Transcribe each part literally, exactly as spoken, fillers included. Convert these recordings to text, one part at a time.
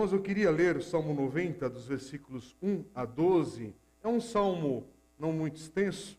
irmãos, eu queria ler o Salmo noventa, dos versículos um a doze. É um salmo não muito extenso.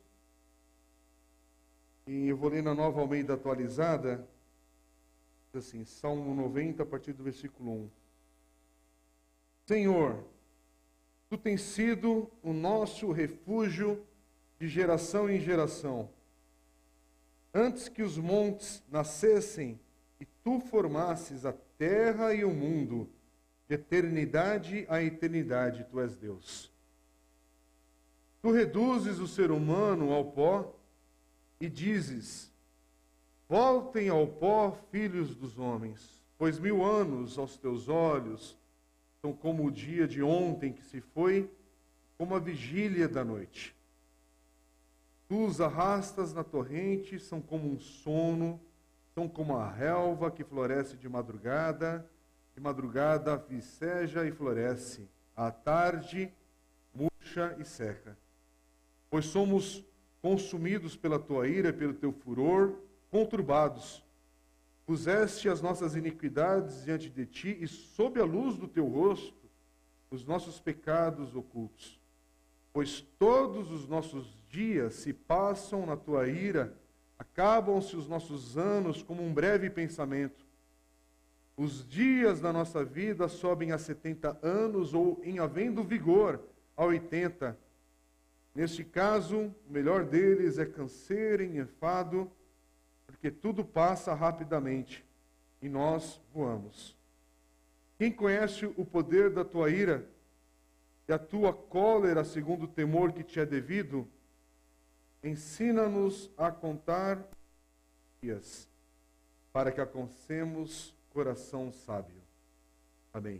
E eu vou ler na Nova Almeida Atualizada. Diz assim, Salmo noventa, a partir do versículo um. Senhor, Tu tens sido o nosso refúgio de geração em geração. Antes que os montes nascessem e Tu formasses a terra e o mundo, de eternidade a eternidade, Tu és Deus. Tu reduzes o ser humano ao pó e dizes, voltem ao pó, filhos dos homens, pois mil anos aos Teus olhos são como o dia de ontem que se foi, como a vigília da noite. Tu os arrastas na torrente, são como um sono, são como a relva que floresce de madrugada, de madrugada viceja e floresce, à tarde murcha e seca. Pois somos consumidos pela tua ira, pelo teu furor, conturbados. Puseste as nossas iniquidades diante de ti e sob a luz do teu rosto, os nossos pecados ocultos. Pois todos os nossos dias se passam na tua ira, acabam-se os nossos anos como um breve pensamento. Os dias da nossa vida sobem a setenta anos, ou, em havendo vigor, a oitenta. Neste caso, o melhor deles é canseiro e enfado, porque tudo passa rapidamente, e nós voamos. Quem conhece o poder da tua ira e a tua cólera segundo o temor que te é devido? Ensina-nos a contar dias, para que alcancemos coração sábio. Amém.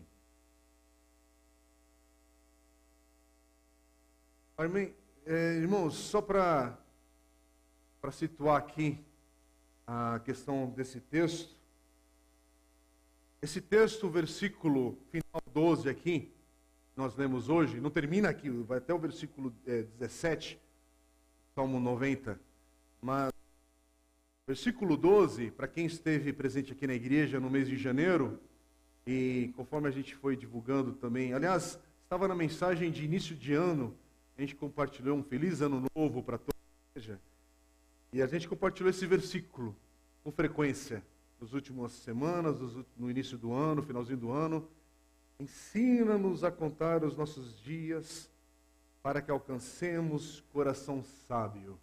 Amém. É, irmãos, só para para situar aqui a questão desse texto. Esse texto, o versículo final doze aqui, nós lemos hoje, não termina aqui, vai até o versículo é, dezessete, Salmo noventa, mas versículo doze, para quem esteve presente aqui na igreja no mês de janeiro, e conforme a gente foi divulgando também, aliás, estava na mensagem de início de ano, a gente compartilhou um feliz ano novo para toda a igreja, e a gente compartilhou esse versículo com frequência, nas últimas semanas, no início do ano, finalzinho do ano. Ensina-nos a contar os nossos dias, para que alcancemos coração sábio.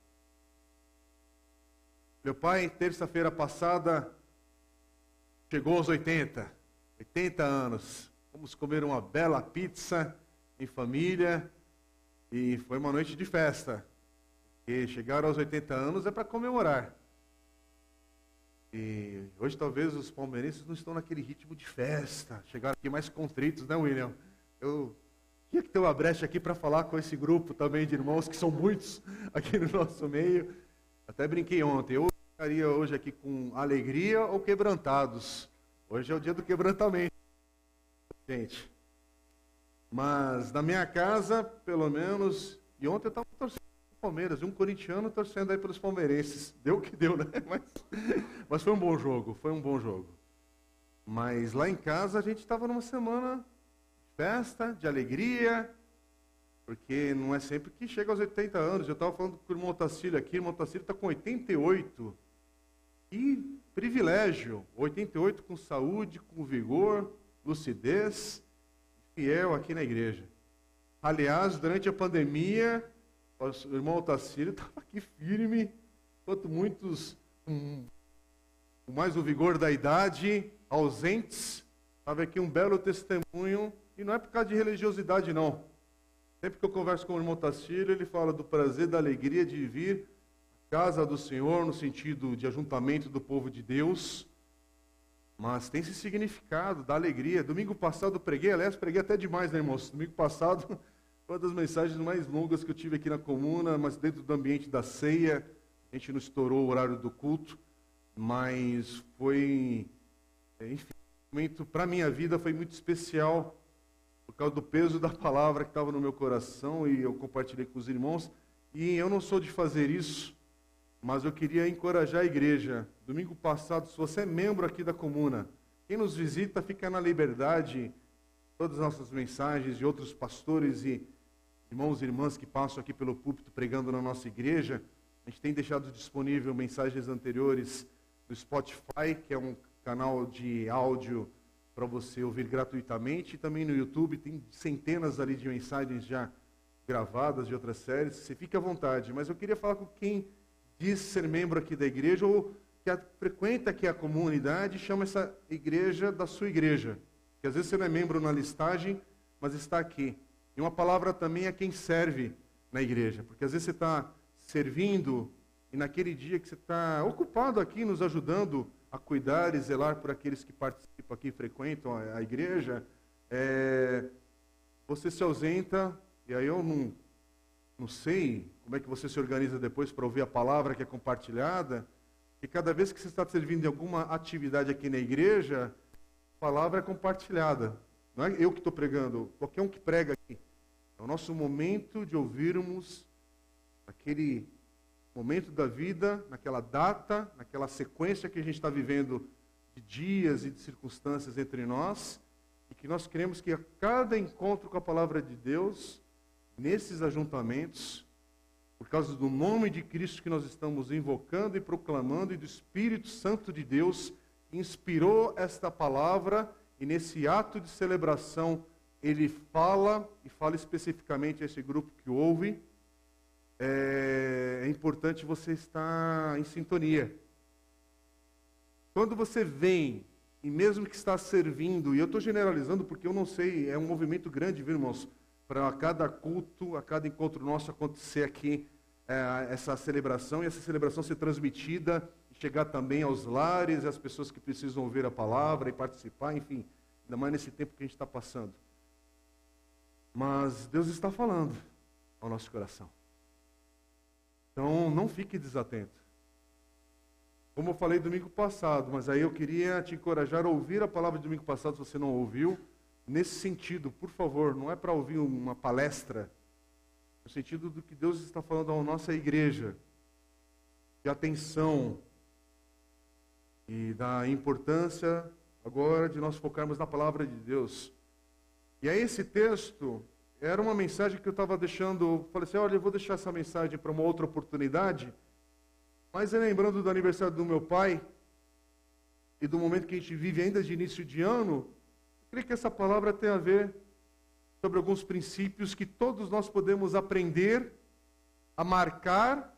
Meu pai, terça-feira passada, chegou aos oitenta, oitenta anos. Fomos comer uma bela pizza em família e foi uma noite de festa. E chegar aos oitenta anos é para comemorar. E hoje talvez os palmeirenses não estão naquele ritmo de festa. Chegaram aqui mais contritos, né, William? Eu tinha que ter uma brecha aqui para falar com esse grupo também de irmãos, que são muitos aqui no nosso meio. Até brinquei ontem. Eu ficaria hoje aqui com alegria ou quebrantados. Hoje é o dia do quebrantamento, gente. Mas na minha casa, pelo menos, e ontem eu estava torcendo para o Palmeiras, e um corintiano torcendo aí pelos palmeirenses. Deu o que deu, né? Mas, mas foi um bom jogo, foi um bom jogo. Mas lá em casa a gente estava numa semana de festa, de alegria, porque não é sempre que chega aos oitenta anos. Eu estava falando com o irmão Otacílio aqui, o irmão Otacílio está com oitenta e oito. E privilégio, oitenta e oito com saúde, com vigor, lucidez, fiel aqui na igreja. Aliás, durante a pandemia, o irmão Otacílio estava aqui firme, enquanto muitos, com mais o vigor da idade, ausentes, estava aqui um belo testemunho, e não é por causa de religiosidade, não. Sempre que eu converso com o irmão Otacílio, ele fala do prazer, da alegria de vir à casa do Senhor, no sentido de ajuntamento do povo de Deus, mas tem esse significado da alegria. Domingo passado eu preguei, aliás, preguei até demais, né, irmãos? Domingo passado, uma das mensagens mais longas que eu tive aqui na comuna, mas dentro do ambiente da ceia, a gente não estourou o horário do culto, mas foi, enfim, um momento para a minha vida foi muito especial, por causa do peso da palavra que estava no meu coração, e eu compartilhei com os irmãos, e eu não sou de fazer isso, mas eu queria encorajar a igreja. Domingo passado, se você é membro aqui da comuna, quem nos visita fica na liberdade, todas as nossas mensagens de outros pastores e irmãos e irmãs que passam aqui pelo púlpito pregando na nossa igreja. A gente tem deixado disponível mensagens anteriores no Spotify, que é um canal de áudio para você ouvir gratuitamente, e também no YouTube tem centenas ali de mensagens já gravadas de outras séries. Você fique à vontade, mas eu queria falar com quem diz ser membro aqui da igreja ou que a, frequenta aqui a comunidade, chama essa igreja da sua igreja. Que às vezes você não é membro na listagem, mas está aqui. E uma palavra também é quem serve na igreja, porque às vezes você está servindo e naquele dia que você está ocupado aqui nos ajudando a cuidar e zelar por aqueles que participam aqui, frequentam a, a igreja, é, você se ausenta, e aí eu não, não sei como é que você se organiza depois para ouvir a palavra que é compartilhada, e cada vez que você está servindo em alguma atividade aqui na igreja, a palavra é compartilhada. Não é eu que estou pregando, qualquer um que prega aqui. É o nosso momento de ouvirmos aquele momento da vida, naquela data, naquela sequência que a gente está vivendo de dias e de circunstâncias entre nós, e que nós queremos que a cada encontro com a palavra de Deus, nesses ajuntamentos, por causa do nome de Cristo que nós estamos invocando e proclamando, e do Espírito Santo de Deus, que inspirou esta palavra, e nesse ato de celebração, ele fala, e fala especificamente a esse grupo que ouve, é, é importante você estar em sintonia. Quando você vem, e mesmo que está servindo, e eu estou generalizando porque eu não sei, é um movimento grande, viu, irmãos? Para a cada culto, a cada encontro nosso acontecer aqui, é, essa celebração, e essa celebração ser transmitida, chegar também aos lares, às pessoas que precisam ouvir a palavra e participar, enfim, ainda mais nesse tempo que a gente está passando. Mas Deus está falando ao nosso coração. Então, não fique desatento. Como eu falei domingo passado, mas aí eu queria te encorajar a ouvir a palavra de domingo passado, se você não ouviu, nesse sentido, por favor, não é para ouvir uma palestra, no sentido do que Deus está falando à nossa igreja, de atenção e da importância agora de nós focarmos na palavra de Deus. E aí esse texto era uma mensagem que eu estava deixando, falei assim, olha, eu vou deixar essa mensagem para uma outra oportunidade, mas lembrando do aniversário do meu pai, e do momento que a gente vive ainda de início de ano, eu creio que essa palavra tem a ver sobre alguns princípios que todos nós podemos aprender a marcar,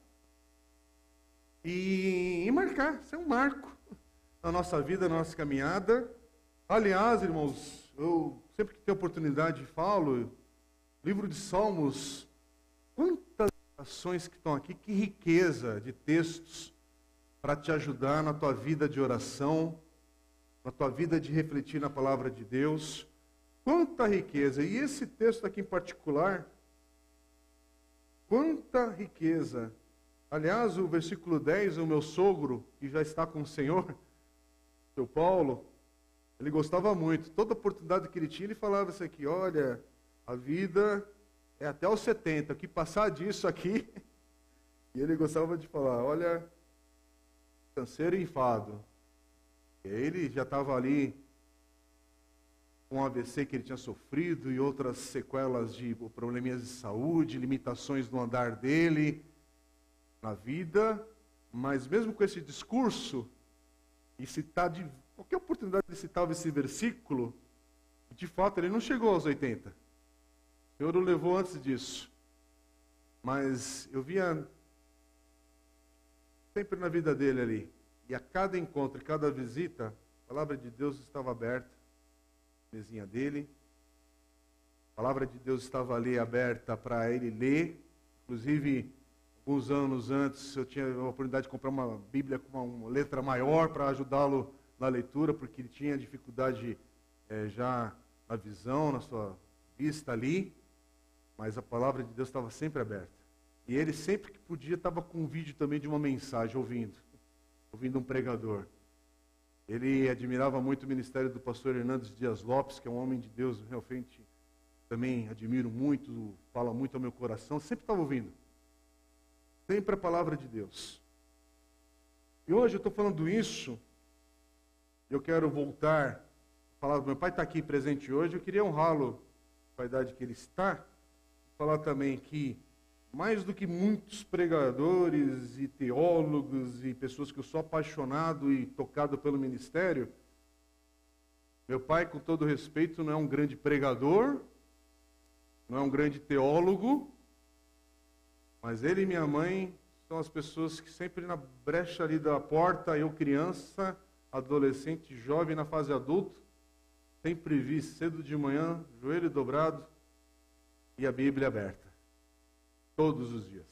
e, e marcar, isso é um marco na nossa vida, na nossa caminhada. Aliás, irmãos, eu sempre que tenho oportunidade falo, livro de Salmos, quantas ações que estão aqui, que riqueza de textos para te ajudar na tua vida de oração, na tua vida de refletir na palavra de Deus. Quanta riqueza! E esse texto aqui em particular, quanta riqueza! Aliás, o versículo dez, o meu sogro, que já está com o Senhor, seu Paulo, ele gostava muito. Toda oportunidade que ele tinha, ele falava isso aqui, olha, a vida é até os setenta, o que passar disso aqui, e ele gostava de falar, olha, canseiro e enfado. E ele já estava ali com um A V C que ele tinha sofrido e outras sequelas de probleminhas de saúde, limitações no andar dele, na vida, mas mesmo com esse discurso, e citar de qualquer oportunidade de citar esse versículo, de fato ele não chegou aos oitenta. O Senhor o levou antes disso. Mas eu via sempre na vida dele ali, e a cada encontro, a cada visita, a palavra de Deus estava aberta, a mesinha dele, a palavra de Deus estava ali aberta para ele ler. Inclusive, alguns anos antes, eu tinha a oportunidade de comprar uma Bíblia com uma letra maior para ajudá-lo na leitura, porque ele tinha dificuldade é, já na visão, na sua vista ali, mas a palavra de Deus estava sempre aberta. E ele sempre que podia estava com um vídeo também de uma mensagem, ouvindo, ouvindo um pregador. Ele admirava muito o ministério do pastor Hernandes Dias Lopes, que é um homem de Deus, realmente também admiro muito, fala muito ao meu coração, sempre estava ouvindo. Sempre a palavra de Deus. E hoje eu estou falando isso, eu quero voltar a falar, meu pai está aqui presente hoje, eu queria honrá-lo com a idade que ele está, falar também que, mais do que muitos pregadores e teólogos e pessoas que eu sou apaixonado e tocado pelo ministério, meu pai, com todo respeito, não é um grande pregador, não é um grande teólogo, mas ele e minha mãe são as pessoas que sempre na brecha ali da porta, eu criança, adolescente, jovem, na fase adulto, sempre vi cedo de manhã, joelho dobrado e a Bíblia aberta. Todos os dias.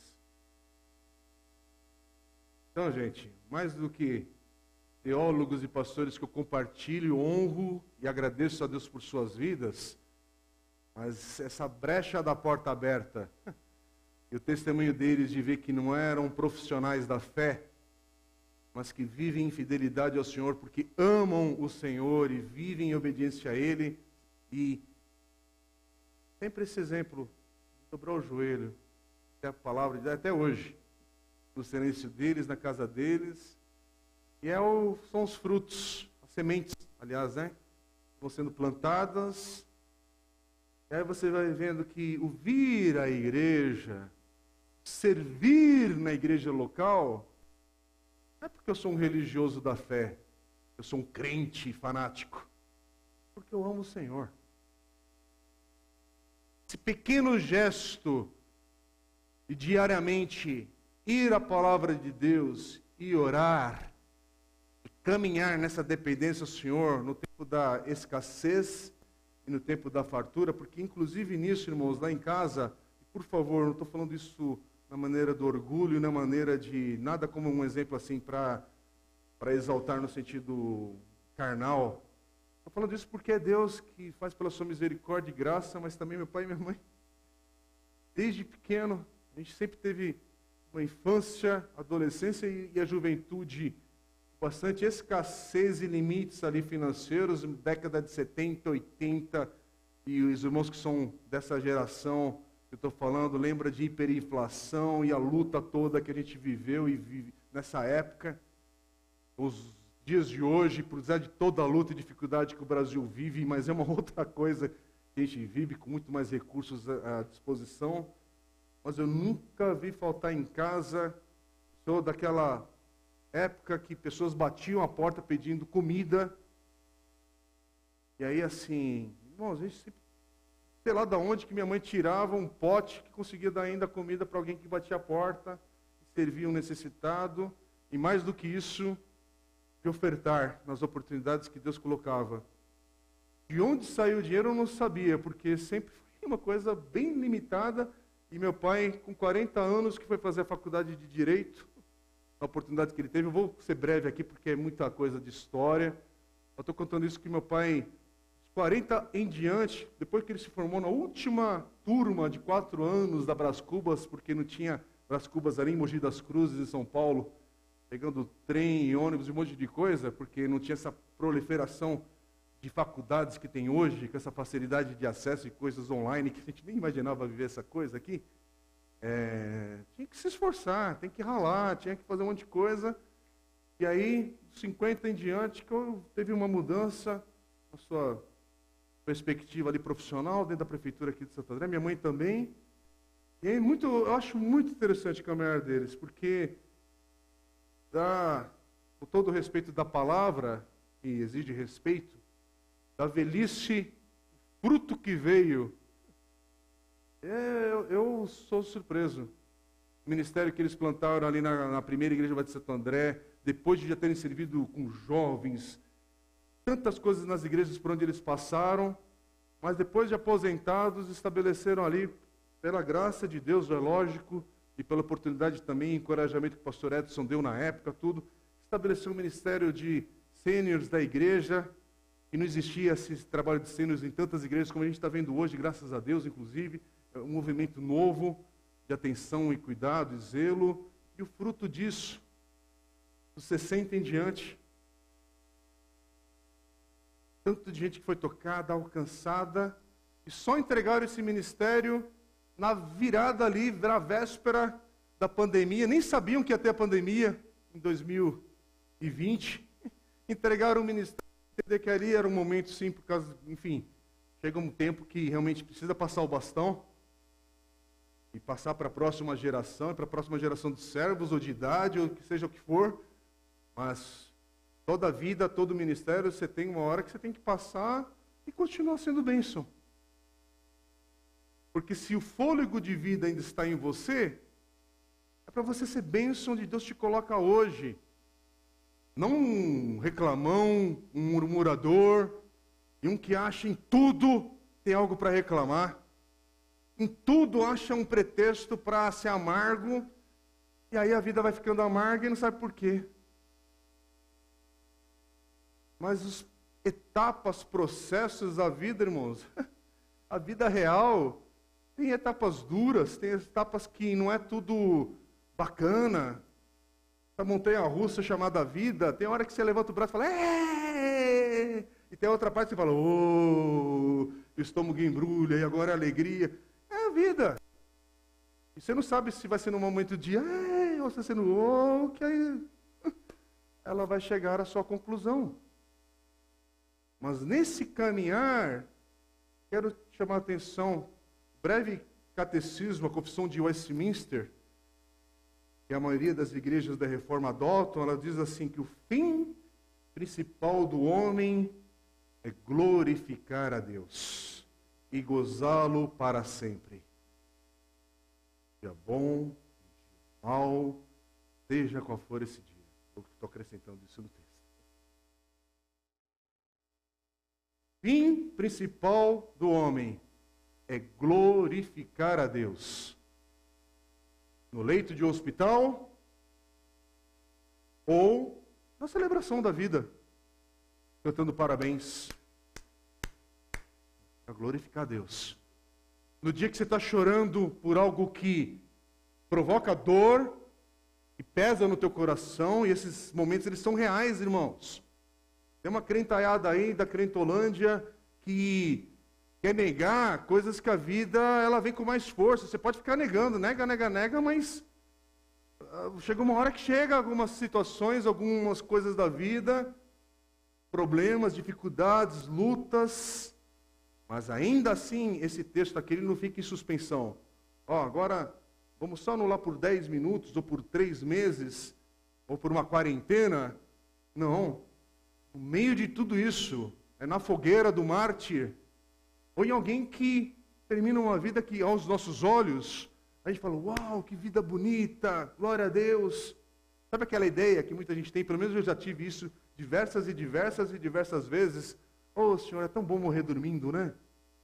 Então, gente, mais do que teólogos e pastores que eu compartilho, honro e agradeço a Deus por suas vidas, mas essa brecha da porta aberta e o testemunho deles de ver que não eram profissionais da fé, mas que vivem em fidelidade ao Senhor porque amam o Senhor e vivem em obediência a Ele, e sempre esse exemplo, dobrar o joelho, até a palavra de Deus, até hoje, no silêncio deles, na casa deles, e é o, são os frutos, as sementes, aliás, né, vão sendo plantadas, e aí você vai vendo que o vir à igreja, servir na igreja local, não é porque eu sou um religioso da fé, eu sou um crente fanático, porque eu amo o Senhor. Esse pequeno gesto de diariamente ir à palavra de Deus e orar, e caminhar nessa dependência ao Senhor no tempo da escassez e no tempo da fartura, porque inclusive nisso, irmãos, lá em casa, por favor, não estou falando isso na maneira do orgulho, na maneira de nada como um exemplo assim para para exaltar no sentido carnal. Estou falando isso porque é Deus que faz pela sua misericórdia e graça, mas também meu pai e minha mãe. Desde pequeno, a gente sempre teve uma infância, adolescência e, e a juventude, bastante escassez e limites ali financeiros, década de setenta, oitenta, e os irmãos que são dessa geração, eu estou falando, lembra de hiperinflação e a luta toda que a gente viveu e vive nessa época. Os dias de hoje, apesar de toda a luta e dificuldade que o Brasil vive, mas é uma outra coisa que a gente vive com muito mais recursos à, à disposição. Mas eu nunca vi faltar em casa, sou daquela época que pessoas batiam a porta pedindo comida. E aí assim, irmãos, a gente sempre, sei lá de onde que minha mãe tirava um pote que conseguia dar ainda comida para alguém que batia a porta, servia um necessitado, e mais do que isso, de ofertar nas oportunidades que Deus colocava. De onde saiu o dinheiro eu não sabia, porque sempre foi uma coisa bem limitada, e meu pai, com quarenta anos, que foi fazer a faculdade de Direito, a oportunidade que ele teve, eu vou ser breve aqui, porque é muita coisa de história, eu estou contando isso que meu pai, quarenta em diante, depois que ele se formou na última turma de quatro anos da Brás Cubas, porque não tinha Brás Cubas ali em Mogi das Cruzes, em São Paulo, pegando trem e ônibus e um monte de coisa, porque não tinha essa proliferação de faculdades que tem hoje, com essa facilidade de acesso e coisas online, que a gente nem imaginava viver essa coisa aqui. É, tinha que se esforçar, tem que ralar, tinha que fazer um monte de coisa. E aí, cinquenta em diante, que eu teve uma mudança na sua perspectiva ali profissional, dentro da prefeitura aqui de Santo André, minha mãe também. E aí, muito, eu acho muito interessante o caminhar deles, porque, dá, com todo o respeito da palavra, que exige respeito, da velhice, fruto que veio, é, eu, eu sou surpreso. O ministério que eles plantaram ali na, na primeira igreja de Santo André, depois de já terem servido com jovens, tantas coisas nas igrejas por onde eles passaram, mas depois de aposentados, estabeleceram ali, pela graça de Deus, é lógico, e pela oportunidade também, encorajamento que o pastor Edson deu na época, tudo, estabeleceu um ministério de sêniores da igreja, e não existia esse trabalho de sêniores em tantas igrejas como a gente está vendo hoje, graças a Deus, inclusive, é um movimento novo de atenção e cuidado e zelo, e o fruto disso, dos sessenta em diante, tanto de gente que foi tocada, alcançada, e só entregaram esse ministério na virada ali, na véspera da pandemia, nem sabiam que ia ter a pandemia em dois mil e vinte, entregaram o ministério entender que ali era um momento, sim, por causa, enfim, chega um tempo que realmente precisa passar o bastão e passar para a próxima geração, para a próxima geração de servos ou de idade, ou que seja o que for, mas toda vida, todo ministério, você tem uma hora que você tem que passar e continuar sendo bênção. Porque se o fôlego de vida ainda está em você, é para você ser bênção onde Deus te coloca hoje. Não um reclamão, um murmurador, e um que acha em tudo tem algo para reclamar. Em tudo acha um pretexto para ser amargo, e aí a vida vai ficando amarga e não sabe por quê. Mas as etapas, processos da vida, irmãos, a vida real tem etapas duras, tem etapas que não é tudo bacana. Essa montanha-russa chamada vida, tem hora que você levanta o braço e fala, é! E tem outra parte que você fala, oh, o estômago embrulha, e agora é alegria. É a vida. E você não sabe se vai ser num momento de, é, ou se vai ser no, oh, que aí ela vai chegar à sua conclusão. Mas nesse caminhar, quero chamar a atenção, breve catecismo, a Confissão de Westminster, que a maioria das igrejas da Reforma adotam, ela diz assim que o fim principal do homem é glorificar a Deus e gozá-lo para sempre. Dia bom, dia mau, seja qual for esse dia. Eu estou acrescentando isso no texto. Fim principal do homem é glorificar a Deus. No leito de um hospital ou na celebração da vida, cantando parabéns, para glorificar a Deus. No dia que você está chorando por algo que provoca dor, que pesa no teu coração, e esses momentos eles são reais, irmãos. Tem uma crentaiada aí da Crentolândia que quer negar coisas que a vida ela vem com mais força. Você pode ficar negando, nega, nega, nega, mas uh, chega uma hora que chega algumas situações, algumas coisas da vida, problemas, dificuldades, lutas, mas ainda assim esse texto aqui ele não fica em suspensão. Ó, agora vamos só anular por dez minutos, ou por três meses, ou por uma quarentena. Não. No meio de tudo isso, é na fogueira do mártir, ou em alguém que termina uma vida que, aos nossos olhos, a gente fala, uau, que vida bonita, glória a Deus. Sabe aquela ideia que muita gente tem, pelo menos eu já tive isso diversas e diversas e diversas vezes. Oh, Senhor, é tão bom morrer dormindo, né?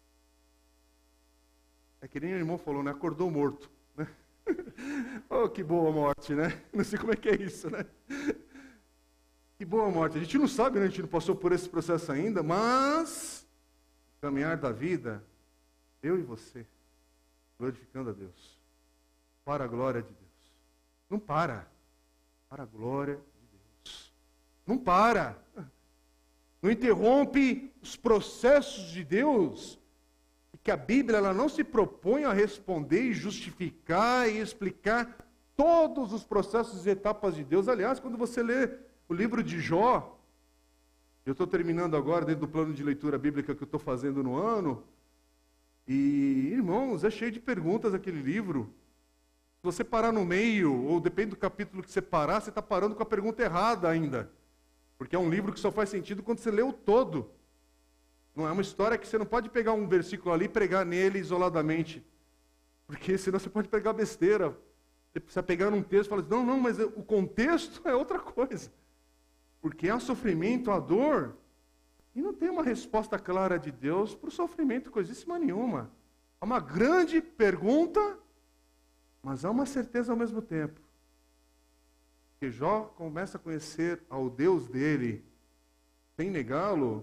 É que nem o irmão falou, né? Acordou morto, né? Oh, que boa morte, né? Não sei como é que é isso, né? Que boa morte. A gente não sabe, né? A gente não passou por esse processo ainda, mas o caminhar da vida, eu e você, glorificando a Deus, para a glória de Deus. Não para. Para a glória de Deus. Não para. Não interrompe os processos de Deus, que a Bíblia ela não se propõe a responder e justificar e explicar todos os processos e etapas de Deus. Aliás, quando você lê o livro de Jó, eu estou terminando agora dentro do plano de leitura bíblica que eu estou fazendo no ano, e, irmãos, é cheio de perguntas aquele livro. Se você parar no meio, ou depende do capítulo que você parar, você está parando com a pergunta errada ainda. Porque é um livro que só faz sentido quando você lê o todo. Não é uma história que você não pode pegar um versículo ali e pregar nele isoladamente. Porque senão você pode pegar besteira. Você precisa pegar num texto e falar assim, não, não, mas o contexto é outra coisa. Porque há sofrimento, há dor, e não tem uma resposta clara de Deus para o sofrimento, coisíssima nenhuma. Há uma grande pergunta, mas há uma certeza ao mesmo tempo. Que Jó começa a conhecer ao Deus dele, sem negá-lo,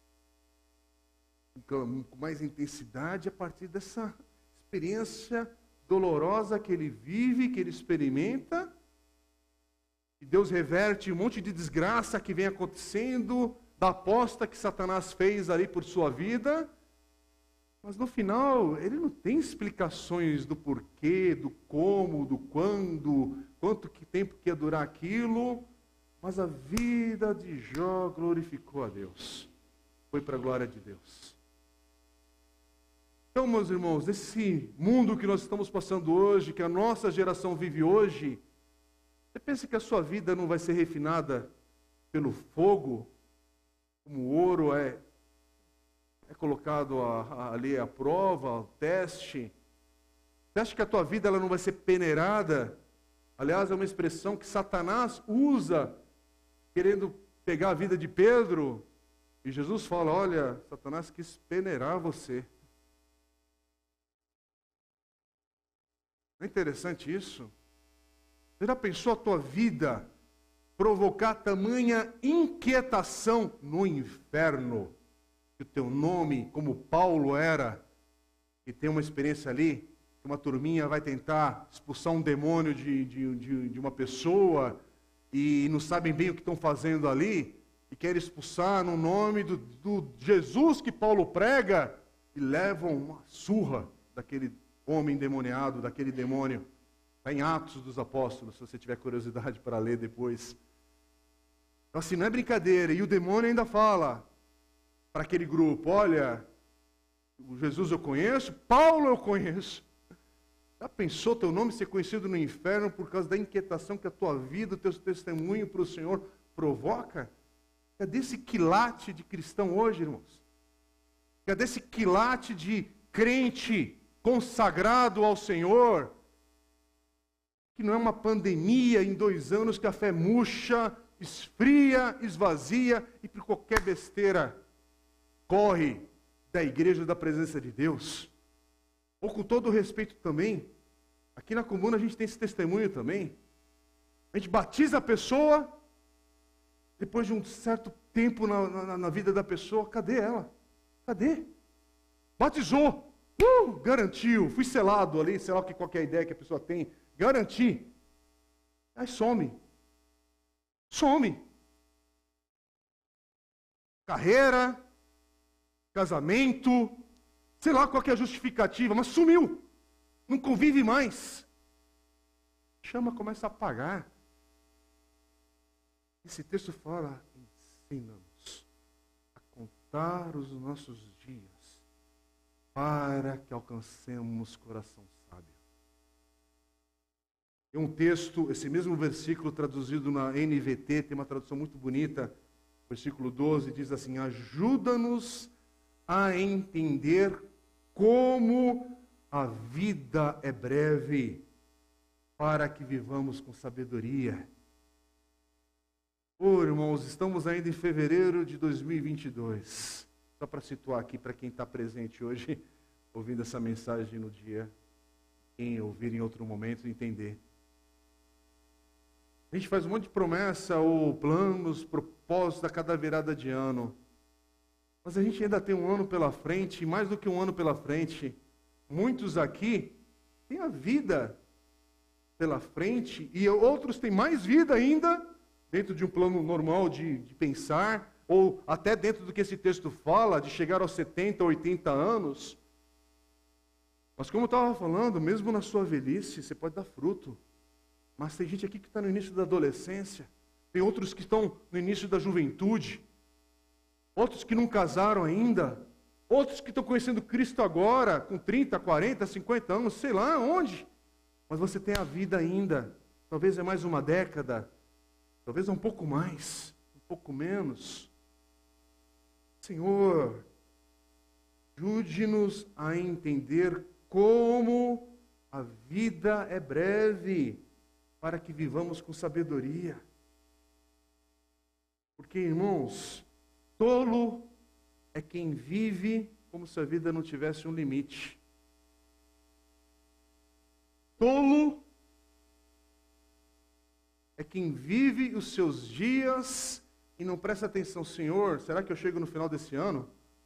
com mais intensidade, a partir dessa experiência dolorosa que ele vive, que ele experimenta, e Deus reverte um monte de desgraça que vem acontecendo, da aposta que Satanás fez ali por sua vida, mas no final ele não tem explicações do porquê, do como, do quando, quanto que tempo que ia durar aquilo. Mas a vida de Jó glorificou a Deus. Foi para a glória de Deus. Então, meus irmãos, nesse mundo que nós estamos passando hoje, que a nossa geração vive hoje, você pensa que a sua vida não vai ser refinada pelo fogo, como o ouro é, é colocado a, a, ali à prova, ao teste? Você acha que a tua vida ela não vai ser peneirada? Aliás, é uma expressão que Satanás usa, querendo pegar a vida de Pedro. E Jesus fala, olha, Satanás quis peneirar você. Não é interessante isso? Você já pensou a tua vida provocar tamanha inquietação no inferno? Que o teu nome, como Paulo era, e tem uma experiência ali, que uma turminha vai tentar expulsar um demônio de, de, de, de uma pessoa, e não sabem bem o que estão fazendo ali, e querem expulsar no nome do, do Jesus que Paulo prega, e levam uma surra daquele homem endemoniado, daquele demônio. Está em Atos dos Apóstolos, se você tiver curiosidade para ler depois. Então assim, não é brincadeira. E o demônio ainda fala para aquele grupo, olha, o Jesus eu conheço, Paulo eu conheço. Já pensou teu nome ser conhecido no inferno por causa da inquietação que a tua vida, o teu testemunho para o Senhor provoca? Cadê esse quilate de cristão hoje, irmãos? Cadê esse quilate de crente consagrado ao Senhor? Que não é uma pandemia em dois anos que a fé murcha, esfria, esvazia e por qualquer besteira corre da igreja da presença de Deus. Ou com todo o respeito também, aqui na comuna a gente tem esse testemunho também. A gente batiza a pessoa, depois de um certo tempo na, na, na vida da pessoa, cadê ela? Cadê? Batizou, uh, garantiu, fui selado ali, sei lá o que qualquer ideia que a pessoa tem, garanti. Aí some. Some. Carreira, casamento, sei lá qual que é a justificativa, mas sumiu. Não convive mais. Chama, começa a apagar. Esse texto fala, ensina-nos a contar os nossos dias para que alcancemos coração sábio. Tem um texto, esse mesmo versículo traduzido na N V T, tem uma tradução muito bonita, versículo doze, diz assim, ajuda-nos a entender como a vida é breve, para que vivamos com sabedoria. Oh, irmãos, estamos ainda em fevereiro de dois mil e vinte e dois. Só para situar aqui, para quem está presente hoje, ouvindo essa mensagem no dia, quem ouvir em outro momento, entender. A gente faz um monte de promessa, ou planos, propósitos a cada virada de ano. Mas a gente ainda tem um ano pela frente, e mais do que um ano pela frente, muitos aqui têm a vida pela frente, e outros têm mais vida ainda, dentro de um plano normal de, de pensar, ou até dentro do que esse texto fala, de chegar aos setenta, oitenta anos. Mas como eu estava falando, mesmo na sua velhice, você pode dar fruto. Mas tem gente aqui que está no início da adolescência, tem outros que estão no início da juventude, outros que não casaram ainda, outros que estão conhecendo Cristo agora, com trinta, quarenta, cinquenta anos, sei lá onde. Mas você tem a vida ainda, talvez é mais uma década, talvez é um pouco mais, um pouco menos. Senhor, ajude-nos a entender como a vida é breve, para que vivamos com sabedoria. Porque, irmãos, tolo é quem vive como se a vida não tivesse um limite. Tolo é quem vive os seus dias e não presta atenção. Senhor, será que eu chego no final desse ano?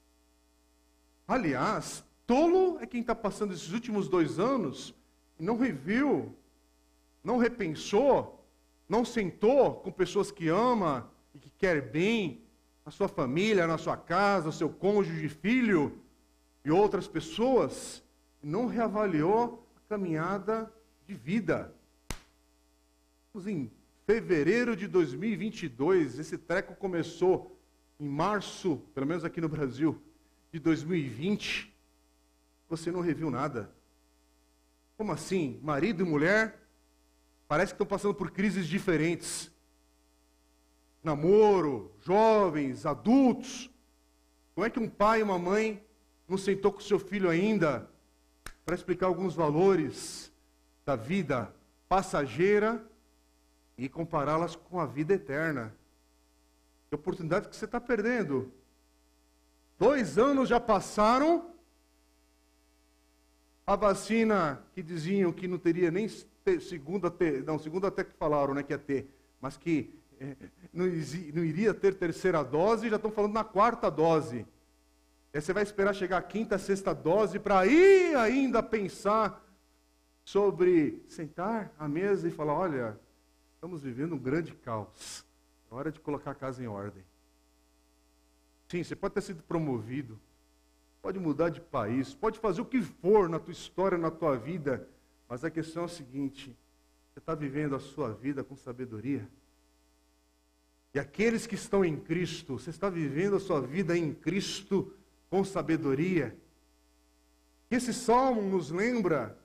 Aliás, tolo é quem está passando esses últimos dois anos e não reviu, não repensou, não sentou com pessoas que ama e que quer bem na sua família, na sua casa, o seu cônjuge, filho e outras pessoas, e não reavaliou a caminhada de vida. Estamos em fevereiro de dois mil e vinte e dois, esse treco começou em março, pelo menos aqui no Brasil, de dois mil e vinte, você não reviu nada. Como assim? Marido e mulher parece que estão passando por crises diferentes. Namoro, jovens, adultos. Como é que um pai e uma mãe não sentou com o seu filho ainda para explicar alguns valores da vida passageira e compará-las com a vida eterna? Que oportunidade que você está perdendo. Dois anos já passaram. A vacina que diziam que não teria nem segunda, não, segunda até que falaram, né, que ia ter, mas que é, não, não iria ter terceira dose, já estão falando na quarta dose. Aí você vai esperar chegar a quinta, sexta dose para aí ainda pensar sobre sentar à mesa e falar, olha, estamos vivendo um grande caos. É hora de colocar a casa em ordem. Sim, você pode ter sido promovido, pode mudar de país, pode fazer o que for na tua história, na tua vida, mas a questão é o seguinte, você está vivendo a sua vida com sabedoria? E aqueles que estão em Cristo, você está vivendo a sua vida em Cristo com sabedoria? Esse salmo nos lembra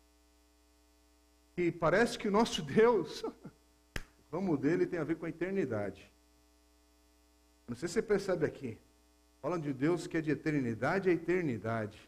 que parece que o nosso Deus, o ramo dele tem a ver com a eternidade. Não sei se você percebe aqui, falando de Deus que é de eternidade a eternidade.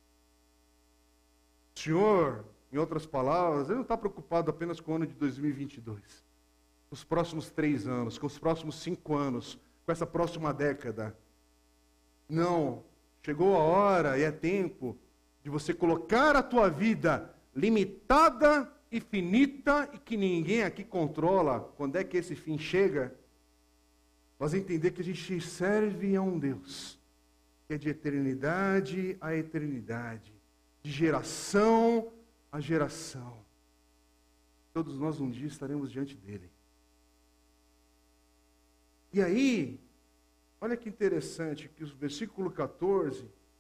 O Senhor, em outras palavras, ele não está preocupado apenas com o ano de dois mil e vinte e dois. Com os próximos três anos, com os próximos cinco anos, com essa próxima década. Não, chegou a hora e é tempo de você colocar a tua vida limitada e finita e que ninguém aqui controla quando é que esse fim chega. Nós entender que a gente serve a um Deus que é de eternidade a eternidade, de geração a geração. Todos nós um dia estaremos diante dele. E aí, olha que interessante, que o versículo quatorze,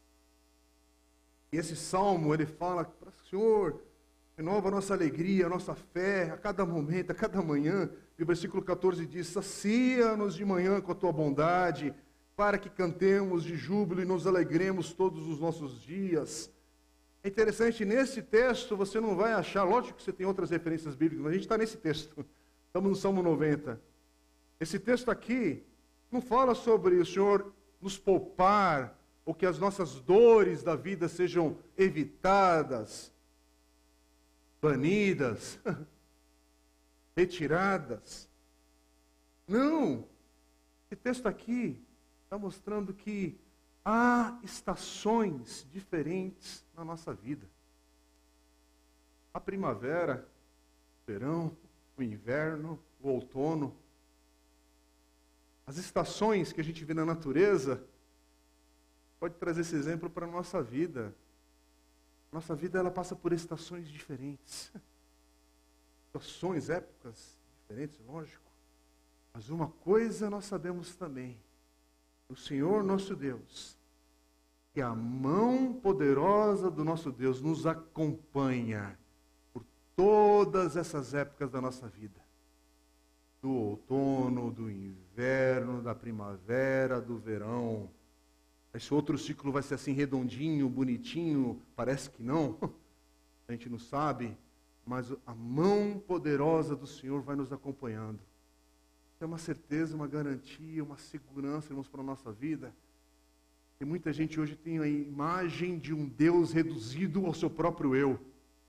esse salmo, ele fala para o Senhor, renova a nossa alegria, a nossa fé, a cada momento, a cada manhã. E o versículo quatorze diz, sacia-nos de manhã com a tua bondade, para que cantemos de júbilo e nos alegremos todos os nossos dias. É interessante, nesse texto você não vai achar, lógico que você tem outras referências bíblicas, mas a gente está nesse texto, estamos no Salmo noventa. Esse texto aqui não fala sobre o Senhor nos poupar, ou que as nossas dores da vida sejam evitadas, banidas, retiradas. Não! Esse texto aqui está mostrando que há estações diferentes na nossa vida. A primavera, o verão, o inverno, o outono. As estações que a gente vê na natureza, pode trazer esse exemplo para a nossa vida. Nossa vida, ela passa por estações diferentes. Estações, épocas diferentes, lógico. Mas uma coisa nós sabemos também. O Senhor nosso Deus, que a mão poderosa do nosso Deus nos acompanha por todas essas épocas da nossa vida. Do outono, do inverno, da primavera, do verão. Esse outro ciclo vai ser assim redondinho, bonitinho, parece que não. A gente não sabe, mas a mão poderosa do Senhor vai nos acompanhando. É uma certeza, uma garantia, uma segurança, irmãos, para a nossa vida. E muita gente hoje tem a imagem de um Deus reduzido ao seu próprio eu.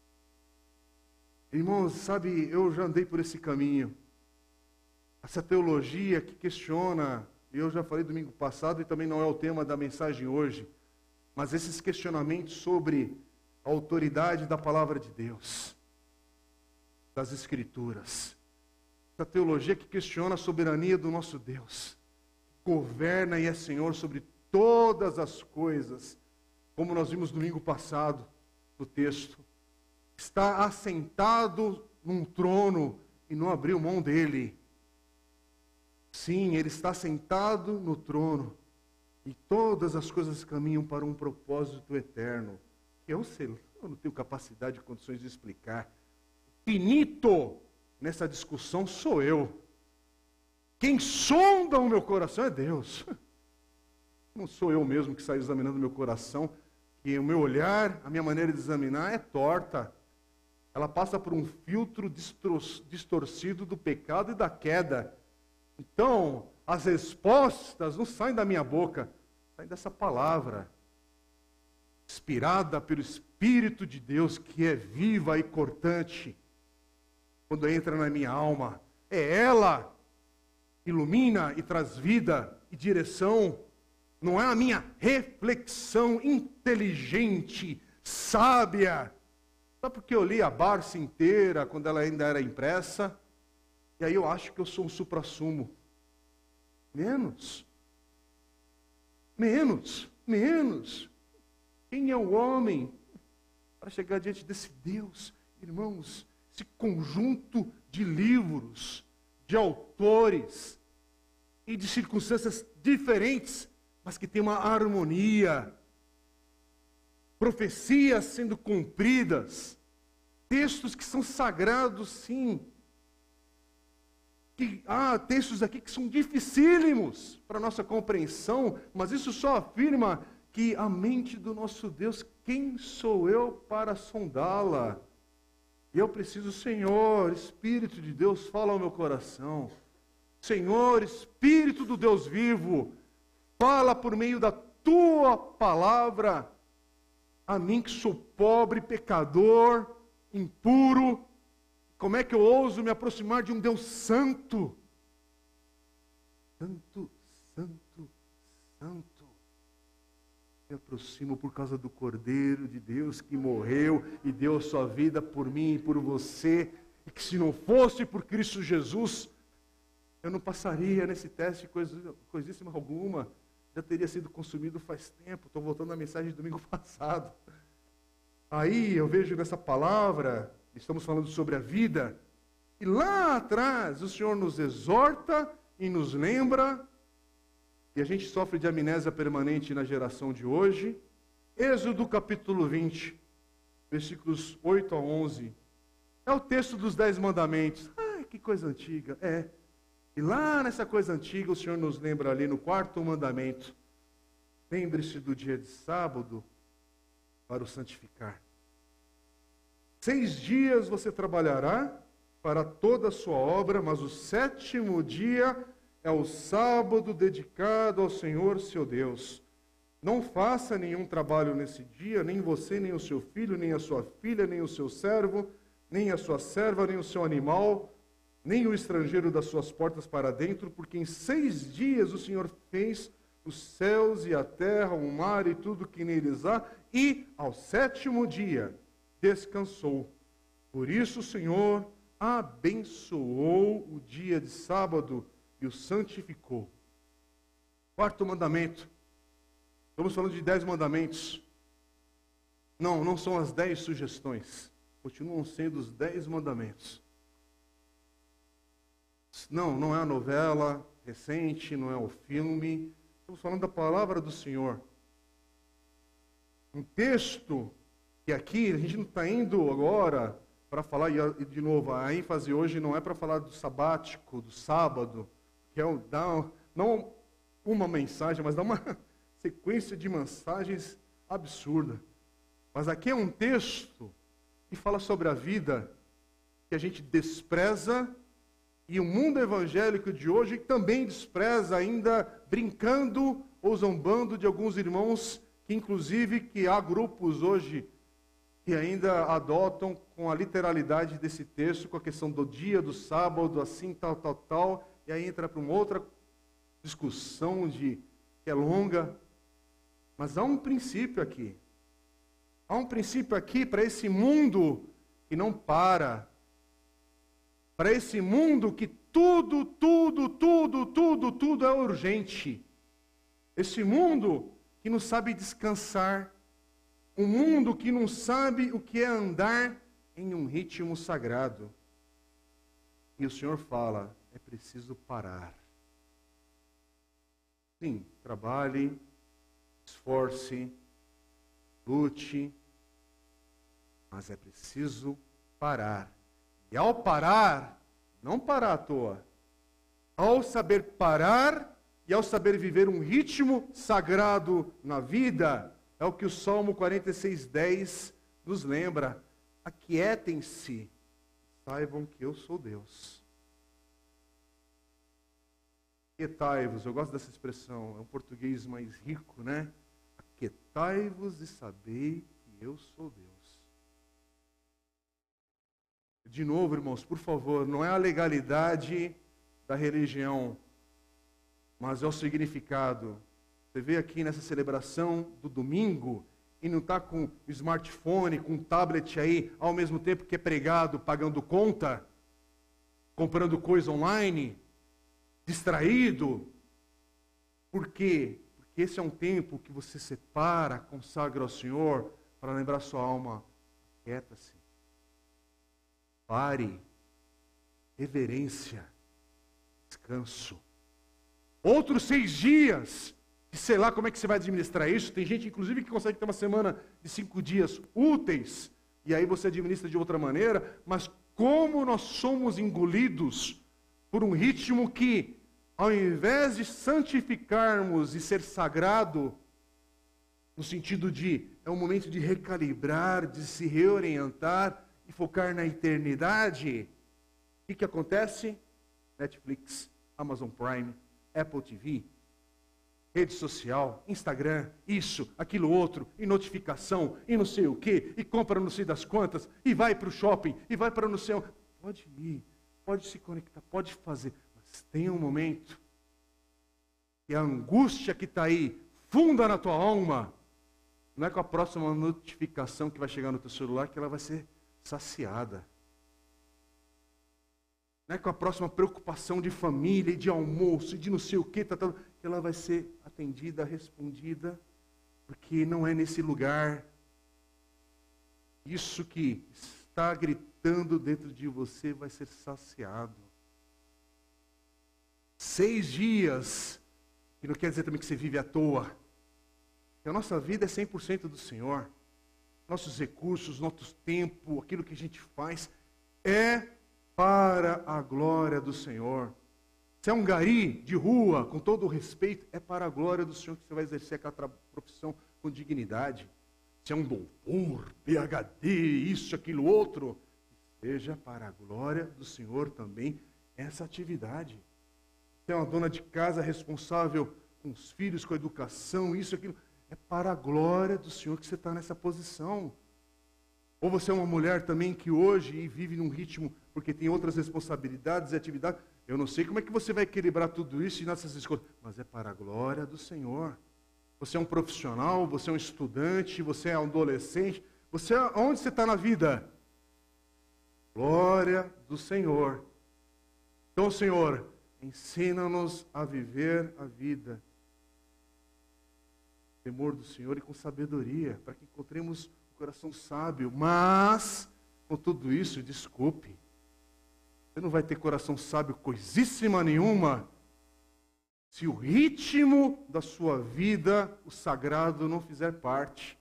Irmãos, sabe, eu já andei por esse caminho. Essa teologia que questiona, e eu já falei domingo passado, e também não é o tema da mensagem hoje, mas esses questionamentos sobre a autoridade da palavra de Deus, das Escrituras. Essa teologia que questiona a soberania do nosso Deus, governa e é Senhor sobre todas as coisas, como nós vimos domingo passado no texto. Está assentado num trono e não abriu mão dele. Sim, ele está sentado no trono e todas as coisas caminham para um propósito eterno. Eu sei, eu não tenho capacidade e condições de explicar. Finito nessa discussão sou eu. Quem sonda o meu coração é Deus. Não sou eu mesmo que saio examinando o meu coração, que o meu olhar, a minha maneira de examinar é torta. Ela passa por um filtro distorcido do pecado e da queda. Então, as respostas não saem da minha boca, saem dessa palavra, inspirada pelo Espírito de Deus, que é viva e cortante. Quando entra na minha alma, é ela que ilumina e traz vida e direção. Não é a minha reflexão inteligente, sábia. Só porque eu li a Barça inteira, quando ela ainda era impressa, e aí eu acho que eu sou um suprassumo. Menos. Menos. Menos. Quem é o homem para chegar diante desse Deus? Irmãos, esse conjunto de livros, de autores e de circunstâncias diferentes, mas que tem uma harmonia, profecias sendo cumpridas, textos que são sagrados, sim. Que, há textos aqui que são dificílimos para a nossa compreensão, mas isso só afirma que a mente do nosso Deus, quem sou eu para sondá-la? E eu preciso, Senhor, Espírito de Deus, fala ao meu coração. Senhor, Espírito do Deus vivo, fala por meio da tua palavra a mim que sou pobre, pecador, impuro. Como é que eu ouso me aproximar de um Deus santo? Santo, santo, santo. Me aproximo por causa do Cordeiro de Deus que morreu e deu a sua vida por mim e por você. E que se não fosse por Cristo Jesus, eu não passaria nesse teste coisa, coisíssima alguma. Já teria sido consumido faz tempo. Estou voltando à mensagem de domingo passado. Aí eu vejo nessa palavra, estamos falando sobre a vida, e lá atrás o Senhor nos exorta e nos lembra, e a gente sofre de amnésia permanente na geração de hoje. Êxodo capítulo vinte, versículos oito a onze. É o texto dos dez mandamentos. Ai, que coisa antiga. É. E lá nessa coisa antiga, o Senhor nos lembra ali no quarto mandamento. Lembre-se do dia de sábado para o santificar. Seis dias você trabalhará para toda a sua obra, mas o sétimo dia é o sábado dedicado ao Senhor seu Deus. Não faça nenhum trabalho nesse dia, nem você, nem o seu filho, nem a sua filha, nem o seu servo, nem a sua serva, nem o seu animal, nem o estrangeiro das suas portas para dentro, porque em seis dias o Senhor fez os céus e a terra, o mar e tudo que neles há, e ao sétimo dia descansou. Por isso o Senhor abençoou o dia de sábado e o santificou. Quarto mandamento. Estamos falando de dez mandamentos. Não, não são as dez sugestões. Continuam sendo os dez mandamentos. Não, não é a novela recente, não é o filme. Estamos falando da palavra do Senhor. Um texto que aqui a gente não está indo agora para falar, e de novo, a ênfase hoje não é para falar do sabático, do sábado, que é dá, não uma mensagem, mas dá uma sequência de mensagens absurda. Mas aqui é um texto que fala sobre a vida que a gente despreza, e o mundo evangélico de hoje também despreza, ainda brincando ou zombando de alguns irmãos, que inclusive que há grupos hoje que ainda adotam com a literalidade desse texto, com a questão do dia, do sábado, assim, tal, tal, tal, e aí entra para uma outra discussão de, que é longa. Mas há um princípio aqui. Há um princípio aqui para esse mundo que não para. Para esse mundo que tudo, tudo, tudo, tudo, tudo é urgente. Esse mundo que não sabe descansar. Um mundo que não sabe o que é andar em um ritmo sagrado. E o Senhor fala, é preciso parar. Sim, trabalhe, esforce, lute, mas é preciso parar. E ao parar, não parar à toa. Ao saber parar e ao saber viver um ritmo sagrado na vida, é o que o Salmo quarenta e seis, dez nos lembra. Aquietem-se, saibam que eu sou Deus. Aquietai-vos, eu gosto dessa expressão, é um português mais rico, né? Aquietai-vos e sabei que eu sou Deus. De novo, irmãos, por favor, não é a legalidade da religião, mas é o significado. Você vê aqui nessa celebração do domingo, e não está com o smartphone, com o tablet aí, ao mesmo tempo que é pregado, pagando conta, comprando coisa online, distraído. Por quê? Porque esse é um tempo que você separa, consagra ao Senhor, para lembrar sua alma, aquieta-se. Pare, reverência, descanso. Outros seis dias, e sei lá como é que você vai administrar isso. Tem gente, inclusive, que consegue ter uma semana de cinco dias úteis, e aí você administra de outra maneira, mas como nós somos engolidos por um ritmo que, ao invés de santificarmos e ser sagrado, no sentido de, é um momento de recalibrar, de se reorientar, e focar na eternidade, o que, que acontece? Netflix, Amazon Prime, Apple T V, rede social, Instagram, isso, aquilo outro, e notificação, e não sei o quê, e compra não sei das quantas, e vai para o shopping, e vai para não sei onde. Pode ir, pode se conectar, pode fazer, mas tem um momento que a angústia que está aí, funda na tua alma, não é com a próxima notificação que vai chegar no teu celular que ela vai ser saciada. Não é com a próxima preocupação de família, de almoço, e de não sei o que, tá, tá, que ela vai ser atendida, respondida, porque não é nesse lugar. Isso que está gritando dentro de você vai ser saciado. Seis dias, que não quer dizer também que você vive à toa. Porque a nossa vida é cem por cento do Senhor. Nossos recursos, nosso tempo, aquilo que a gente faz, é para a glória do Senhor. Se é um gari de rua, com todo o respeito, é para a glória do Senhor que você vai exercer aquela profissão com dignidade. Se é um doutor, P H D, isso, aquilo, outro, seja para a glória do Senhor também essa atividade. Se é uma dona de casa responsável com os filhos, com a educação, isso, aquilo, é para a glória do Senhor que você está nessa posição. Ou você é uma mulher também que hoje vive num ritmo, porque tem outras responsabilidades e atividades. Eu não sei como é que você vai equilibrar tudo isso e nessas escolhas, mas é para a glória do Senhor. Você é um profissional, você é um estudante, você é um adolescente. Você, onde você está na vida? Glória do Senhor. Então, Senhor, ensina-nos a viver a vida. Temor do Senhor e com sabedoria, para que encontremos um coração sábio. Mas, com tudo isso, desculpe, você não vai ter coração sábio coisíssima nenhuma, se o ritmo da sua vida, o sagrado, não fizer parte.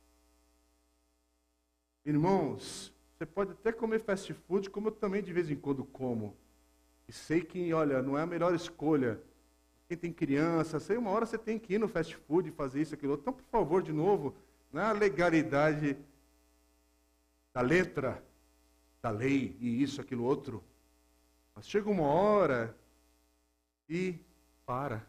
Irmãos, você pode até comer fast food, como eu também de vez em quando como. E sei que, olha, não é a melhor escolha. Quem tem criança, sei, uma hora você tem que ir no fast food e fazer isso, aquilo outro. Então, por favor, de novo, não é a legalidade da letra, da lei e isso, aquilo outro. Mas chega uma hora e para.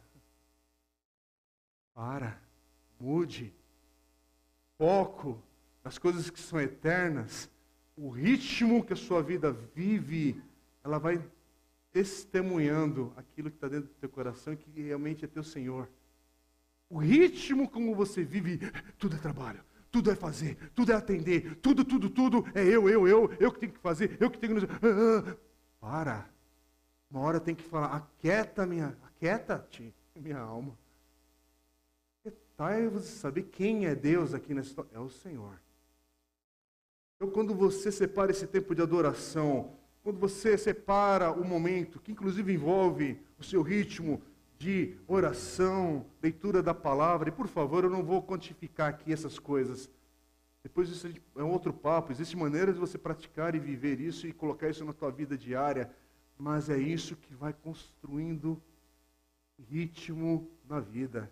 Para. Mude. Foco nas coisas que são eternas. O ritmo que a sua vida vive, ela vai testemunhando aquilo que está dentro do teu coração e que realmente é teu Senhor. O ritmo como você vive, tudo é trabalho, tudo é fazer, tudo é atender, tudo, tudo, tudo é eu, eu, eu, eu que tenho que fazer, eu que tenho que... Ah, ah, para. Uma hora tem que falar, aquieta minha, aquieta-te, minha alma. Aquietai-vos e saber quem é Deus aqui nessa história. É o Senhor. Então, quando você separa esse tempo de adoração, quando você separa o momento, que inclusive envolve o seu ritmo de oração, leitura da palavra, e por favor, eu não vou quantificar aqui essas coisas. Depois isso é um outro papo. Existem maneiras de você praticar e viver isso e colocar isso na tua vida diária. mas é isso que vai construindo ritmo na vida.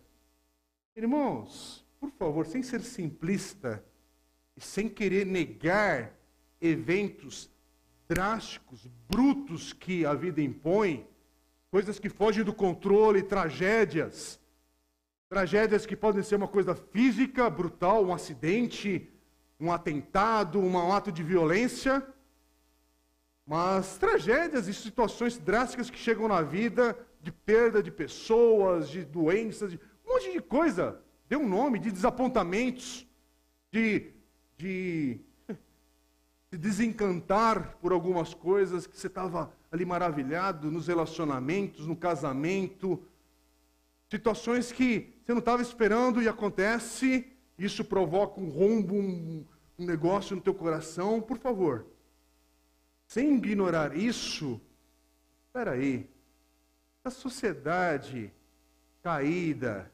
Irmãos, por favor, sem ser simplista e sem querer negar eventos drásticos, brutos que a vida impõe, coisas que fogem do controle, tragédias, tragédias que podem ser uma coisa física, brutal, um acidente, um atentado, um ato de violência, mas tragédias e situações drásticas que chegam na vida, de perda de pessoas, de doenças, de um monte de coisa, dê um nome, de desapontamentos, de, de, de desencantar por algumas coisas que você estava ali maravilhado nos relacionamentos, no casamento, situações que você não estava esperando e acontece, isso provoca um rombo, um, um negócio no teu coração. Por favor, sem ignorar isso, espera aí, a sociedade caída,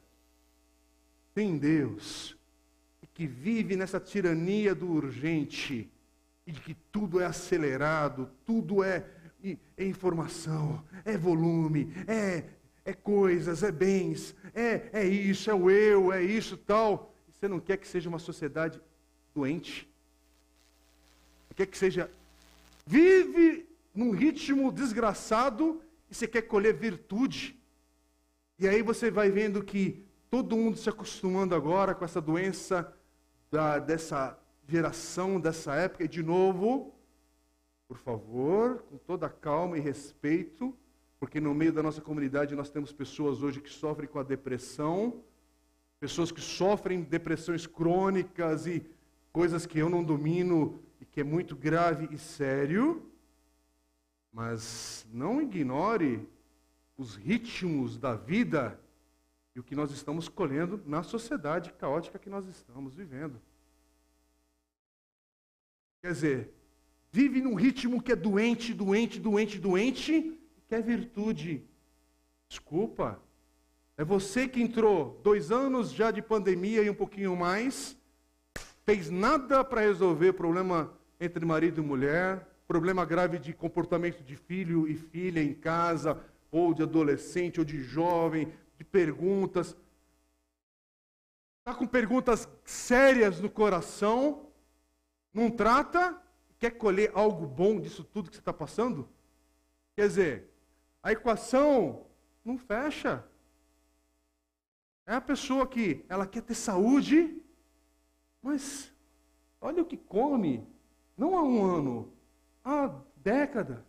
sem Deus, e que vive nessa tirania do urgente, e de que tudo é acelerado, tudo é, é informação, é volume, é, é coisas, é bens, é, é isso, é o eu, é isso tal. Você não quer que seja uma sociedade doente? Quer que seja... Vive num ritmo desgraçado e você quer colher virtude. E aí você vai vendo que todo mundo se acostumando agora com essa doença da, dessa geração, dessa época. E de novo, por favor, com toda calma e respeito, porque no meio da nossa comunidade nós temos pessoas hoje que sofrem com a depressão, pessoas que sofrem depressões crônicas e coisas que eu não domino e que é muito grave e sério. Mas não ignore os ritmos da vida e o que nós estamos colhendo na sociedade caótica que nós estamos vivendo. Quer dizer, vive num ritmo que é doente, doente, doente, doente, e quer virtude. Desculpa, é você que entrou dois anos já de pandemia e um pouquinho mais, fez nada para resolver o problema entre marido e mulher, problema grave de comportamento de filho e filha em casa, ou de adolescente, ou de jovem, de perguntas. Está com perguntas sérias no coração, não trata, quer colher algo bom disso tudo que você está passando? Quer dizer, a equação não fecha. É a pessoa que ela quer ter saúde, mas olha o que come, não há um ano, há década.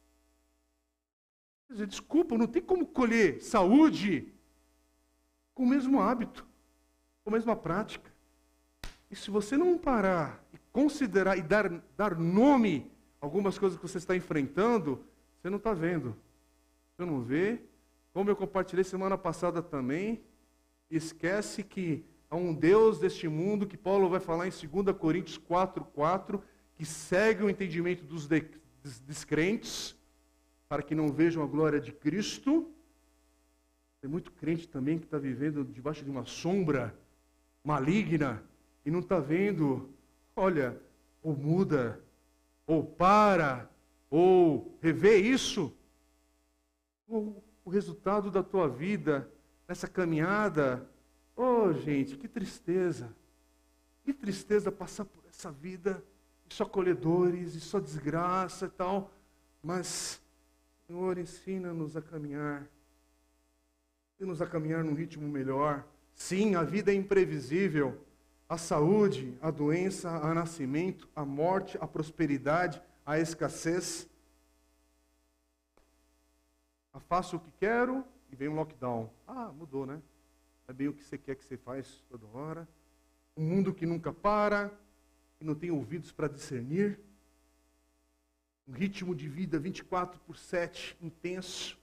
Quer dizer, desculpa, não tem como colher saúde com o mesmo hábito, com a mesma prática. E se você não parar e considerar e dar, dar nome a algumas coisas que você está enfrentando, você não está vendo. Você não vê. Como eu compartilhei semana passada também, esquece que há um Deus deste mundo, que Paulo vai falar em dois Coríntios quatro, quatro, que segue o entendimento dos de, des, descrentes, para que não vejam a glória de Cristo. Tem muito crente também que está vivendo debaixo de uma sombra maligna e não está vendo, olha, ou muda, ou para, ou revê isso. Ou o resultado da tua vida, nessa caminhada, oh gente, que tristeza, que tristeza passar por essa vida, e só colhedores, e só desgraça e tal, mas, Senhor, ensina-nos a caminhar, ensina-nos a caminhar num ritmo melhor. Sim, a vida é imprevisível, a saúde, a doença, a nascimento, a morte, a prosperidade, a escassez. Eu faço o que quero e vem um lockdown. Ah, mudou, né? É bem o que você quer que você faz toda hora. Um mundo que nunca para, que não tem ouvidos para discernir. Um ritmo de vida vinte e quatro por sete, intenso.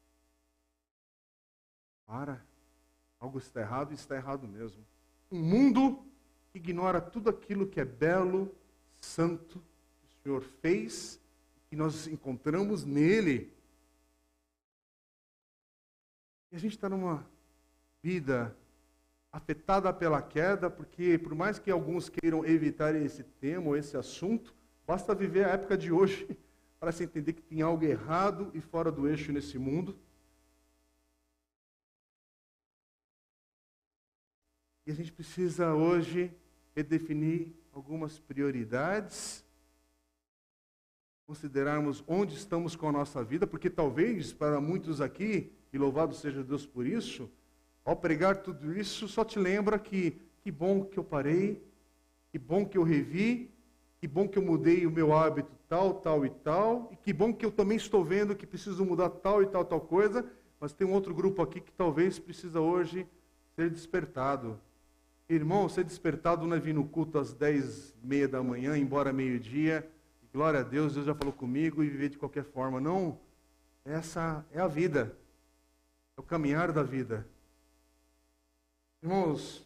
Para. Algo está errado e está errado mesmo. Um mundo que ignora tudo aquilo que é belo, santo, que o Senhor fez, que nós encontramos nele. E a gente está numa vida afetada pela queda, porque por mais que alguns queiram evitar esse tema ou esse assunto, basta viver a época de hoje parece entender que tem algo errado e fora do eixo nesse mundo. E a gente precisa hoje redefinir algumas prioridades, considerarmos onde estamos com a nossa vida, porque talvez para muitos aqui, e louvado seja Deus por isso, ao pregar tudo isso, só te lembra que que bom que eu parei, que bom que eu revi, que bom que eu mudei o meu hábito tal, tal e tal, e que bom que eu também estou vendo que preciso mudar tal e tal, tal coisa, mas tem um outro grupo aqui que talvez precisa hoje ser despertado. Irmão, ser despertado não é vir no culto às dez e meia da manhã, embora meio-dia, glória a Deus, Deus já falou comigo, e viver de qualquer forma. Não, essa é a vida, é o caminhar da vida. Irmãos,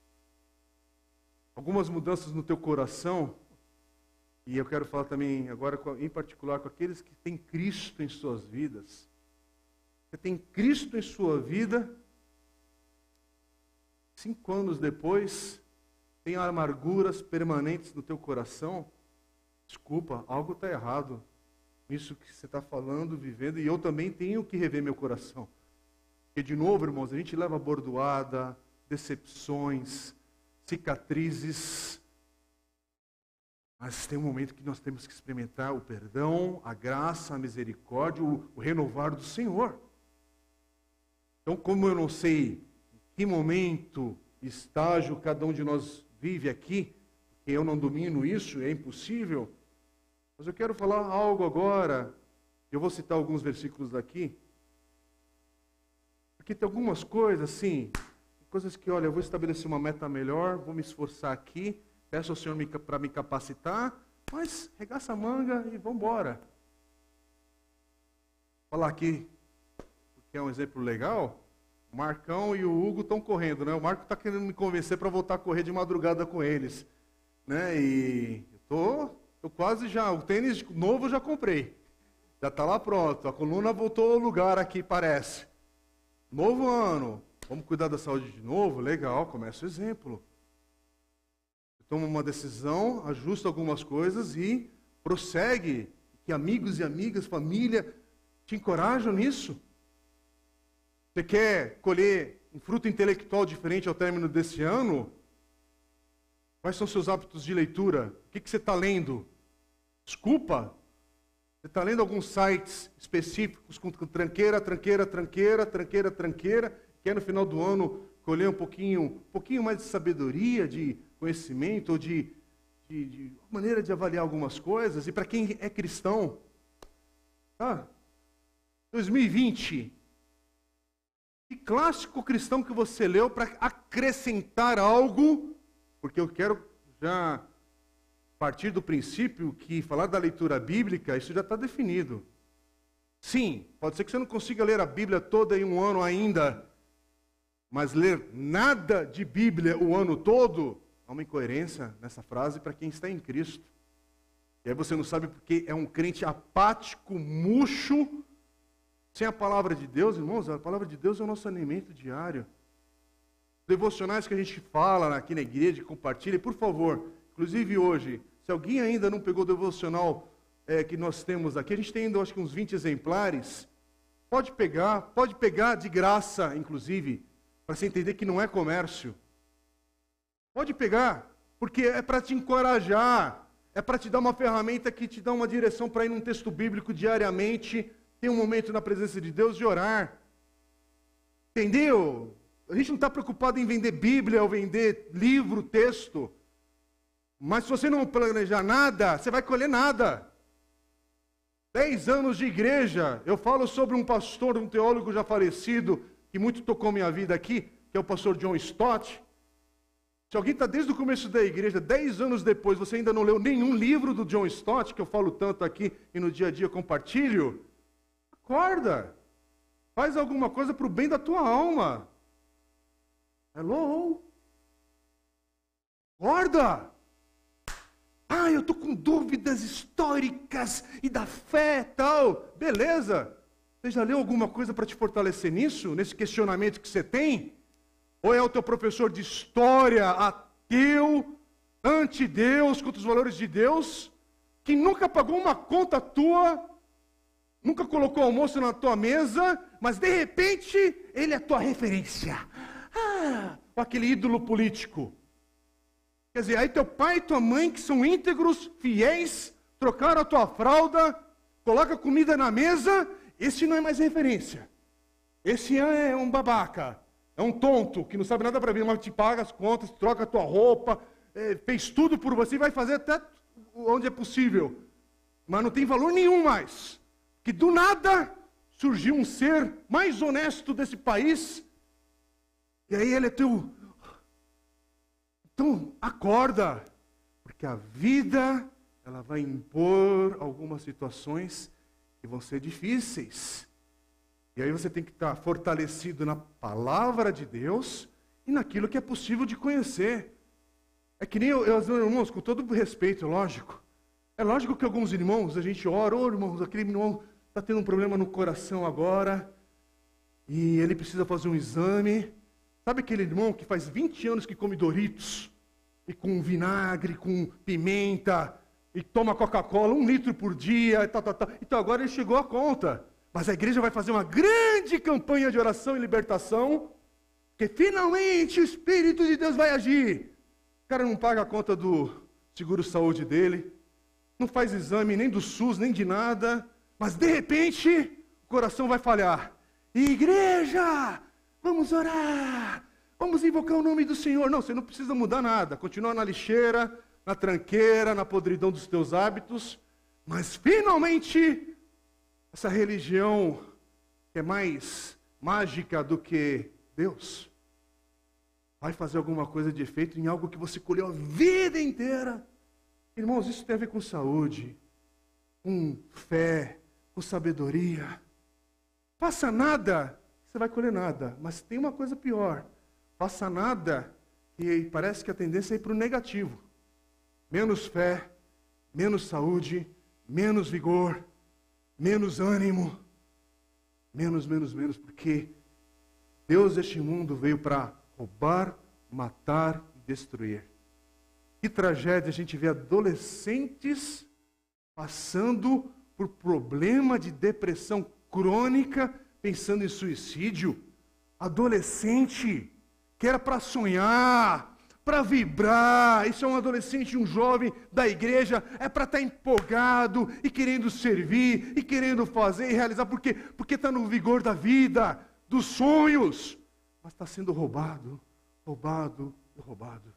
algumas mudanças no teu coração, e eu quero falar também agora em particular com aqueles que têm Cristo em suas vidas. Você tem Cristo em sua vida, cinco anos depois, tem amarguras permanentes no teu coração. Desculpa, algo está errado nisso que você está falando, vivendo, e eu também tenho que rever meu coração. Porque, de novo, irmãos, a gente leva bordoada, decepções, cicatrizes, mas tem um momento que nós temos que experimentar o perdão, a graça, a misericórdia, o, o renovar do Senhor. Então, como eu não sei em que momento, estágio cada um de nós vive aqui, porque eu não domino isso, é impossível, mas eu quero falar algo agora, eu vou citar alguns versículos daqui, porque tem algumas coisas assim, coisas que, olha, eu vou estabelecer uma meta melhor, vou me esforçar aqui, peço ao Senhor para me capacitar, mas regaça a manga e vamos embora. Vou falar aqui, porque é um exemplo legal, o Marcão e o Hugo estão correndo, né? O Marco está querendo me convencer para voltar a correr de madrugada com eles, né? E eu tô, tô quase já, o tênis novo eu já comprei, já está lá pronto, a coluna voltou ao lugar aqui, parece. Novo ano. Vamos cuidar da saúde de novo? Legal, começa o exemplo. Toma uma decisão, ajusta algumas coisas e prossegue. Que amigos e amigas, família, te encorajam nisso. Você quer colher um fruto intelectual diferente ao término desse ano? Quais são seus hábitos de leitura? O que, que você está lendo? Desculpa. Você está lendo alguns sites específicos com tranqueira, tranqueira, tranqueira, tranqueira, tranqueira, quer no final do ano colher um pouquinho, um pouquinho mais de sabedoria, de conhecimento, ou de, de, de maneira de avaliar algumas coisas. E para quem é cristão, tá? dois mil e vinte, que clássico cristão que você leu para acrescentar algo? Porque eu quero já partir do princípio que falar da leitura bíblica, isso já está definido. Sim, pode ser que você não consiga ler a Bíblia toda em um ano ainda, mas ler nada de Bíblia o ano todo, há uma incoerência nessa frase para quem está em Cristo. E aí você não sabe porque é um crente apático, murcho, sem a palavra de Deus. Irmãos, a palavra de Deus é o nosso alimento diário. Devocionais que a gente fala aqui na igreja, compartilha, por favor, inclusive hoje, se alguém ainda não pegou o devocional é, que nós temos aqui, a gente tem ainda acho que uns vinte exemplares, pode pegar, pode pegar de graça, inclusive, para você entender que não é comércio. Pode pegar, porque é para te encorajar, é para te dar uma ferramenta que te dá uma direção para ir num texto bíblico diariamente, ter um momento na presença de Deus de orar. Entendeu? A gente não está preocupado em vender Bíblia ou vender livro, texto. Mas se você não planejar nada, você vai colher nada. Dez anos de igreja, eu falo sobre um pastor, um teólogo já falecido, que muito tocou minha vida aqui, que é o pastor John Stott. Se alguém está desde o começo da igreja, dez anos depois, você ainda não leu nenhum livro do John Stott, que eu falo tanto aqui e no dia a dia compartilho, acorda. Faz alguma coisa para o bem da tua alma. Hello? Acorda. Ah, eu estou com dúvidas históricas e da fé e tal. Beleza. Você já leu alguma coisa para te fortalecer nisso? Nesse questionamento que você tem? Ou é o teu professor de história ateu, anti-Deus, contra os valores de Deus, que nunca pagou uma conta tua, nunca colocou almoço na tua mesa, mas de repente ele é tua referência. Ah, aquele ídolo político. Quer dizer, aí teu pai e tua mãe, que são íntegros, fiéis, trocaram a tua fralda, coloca comida na mesa, esse não é mais referência. Esse é um babaca, é um tonto, que não sabe nada para vir, mas te paga as contas, troca a tua roupa, é, fez tudo por você, vai fazer até onde é possível. Mas não tem valor nenhum mais. Que do nada surgiu um ser mais honesto desse país, e aí ele é teu... Então, acorda, porque a vida, ela vai impor algumas situações que vão ser difíceis. E aí você tem que estar fortalecido na palavra de Deus e naquilo que é possível de conhecer. É que nem eu, eu meus irmãos, com todo respeito, lógico. É lógico que alguns irmãos, a gente ora, ô oh, irmãos, aquele irmão está tendo um problema no coração agora, e ele precisa fazer um exame. Sabe aquele irmão que faz vinte anos que come Doritos, e com vinagre, com pimenta, e toma Coca-Cola um litro por dia, e tal, tal, tal. Então agora ele chegou à conta. Mas a igreja vai fazer uma grande campanha de oração e libertação, porque finalmente o Espírito de Deus vai agir. O cara não paga a conta do seguro-saúde dele, não faz exame nem do SUS, nem de nada, mas de repente o coração vai falhar. Igreja, vamos orar, vamos invocar o nome do Senhor. Não, você não precisa mudar nada, continua na lixeira, na tranqueira, na podridão dos teus hábitos, mas finalmente essa religião que é mais mágica do que Deus vai fazer alguma coisa de efeito em algo que você colheu a vida inteira. Irmãos, isso tem a ver com saúde, com fé, com sabedoria. Faça nada, você vai colher nada. Mas tem uma coisa pior. Faça nada, e parece que a tendência é ir para o negativo. Menos fé, menos saúde, menos vigor, menos ânimo, menos, menos, menos, porque Deus deste mundo veio para roubar, matar e destruir. Que tragédia a gente vê adolescentes passando por problema de depressão crônica, pensando em suicídio. Adolescente que era para sonhar, para vibrar. Isso é um adolescente, um jovem da igreja, é para estar empolgado e querendo servir, e querendo fazer e realizar, por quê? Porque está no vigor da vida, dos sonhos, mas está sendo roubado, roubado e roubado.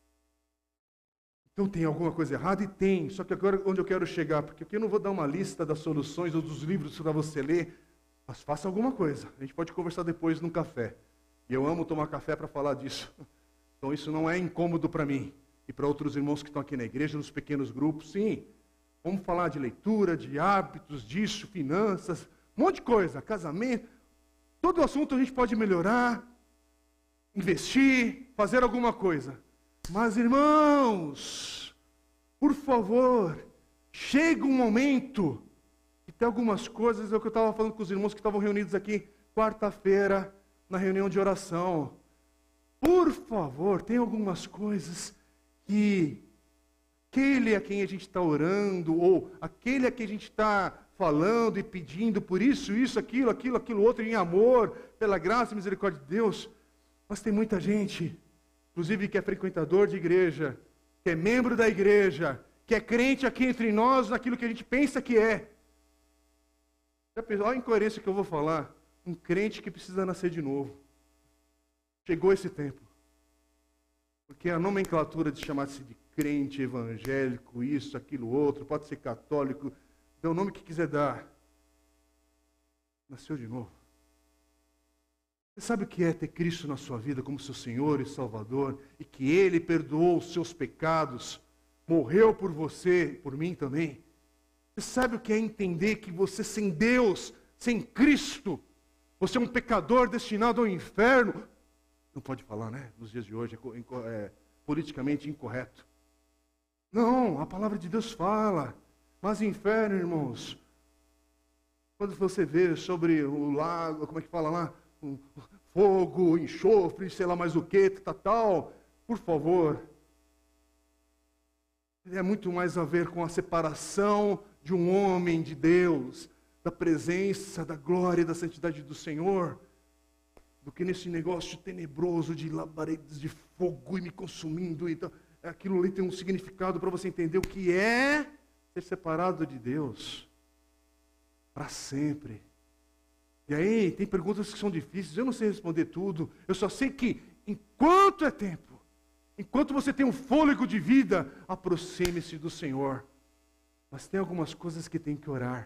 Então tem alguma coisa errada? E tem, só que agora onde eu quero chegar, porque aqui eu não vou dar uma lista das soluções ou dos livros para você ler, mas faça alguma coisa. A gente pode conversar depois num café. E eu amo tomar café para falar disso. Então isso não é incômodo para mim. E para outros irmãos que estão aqui na igreja, nos pequenos grupos, sim. Vamos falar de leitura, de hábitos, disso, finanças, um monte de coisa, casamento. Todo o assunto a gente pode melhorar, investir, fazer alguma coisa. Mas, irmãos, por favor, chega um momento, e tem algumas coisas, é o que eu estava falando com os irmãos que estavam reunidos aqui, quarta-feira, na reunião de oração. Por favor, tem algumas coisas que aquele a quem a gente está orando, ou aquele a quem a gente está falando e pedindo por isso, isso, aquilo, aquilo, aquilo outro, em amor, pela graça e misericórdia de Deus. Mas tem muita gente, inclusive que é frequentador de igreja, que é membro da igreja, que é crente aqui entre nós, naquilo que a gente pensa que é. Olha a incoerência que eu vou falar. Um crente que precisa nascer de novo. Chegou esse tempo. Porque a nomenclatura de chamar-se de crente, evangélico, isso, aquilo, outro, pode ser católico, dê o nome que quiser dar. Nasceu de novo. Você sabe o que é ter Cristo na sua vida como seu Senhor e Salvador, e que Ele perdoou os seus pecados, morreu por você, por mim também? Você sabe o que é entender que você sem Deus, sem Cristo, você é um pecador destinado ao inferno? Não pode falar, né? Nos dias de hoje é, é politicamente incorreto. Não, a palavra de Deus fala. Mas inferno, irmãos, quando você vê sobre o lago, como é que fala lá? Um fogo, enxofre, sei lá mais o que, tal, tal. Por favor, Ele é muito mais a ver com a separação de um homem de Deus, da presença, da glória e da santidade do Senhor, do que nesse negócio tenebroso de labaredas de fogo e me consumindo. Então, aquilo ali tem um significado para você entender o que é ser separado de Deus para sempre. E aí, tem perguntas que são difíceis, eu não sei responder tudo, eu só sei que, enquanto é tempo, enquanto você tem um fôlego de vida, aproxime-se do Senhor. Mas tem algumas coisas que tem que orar.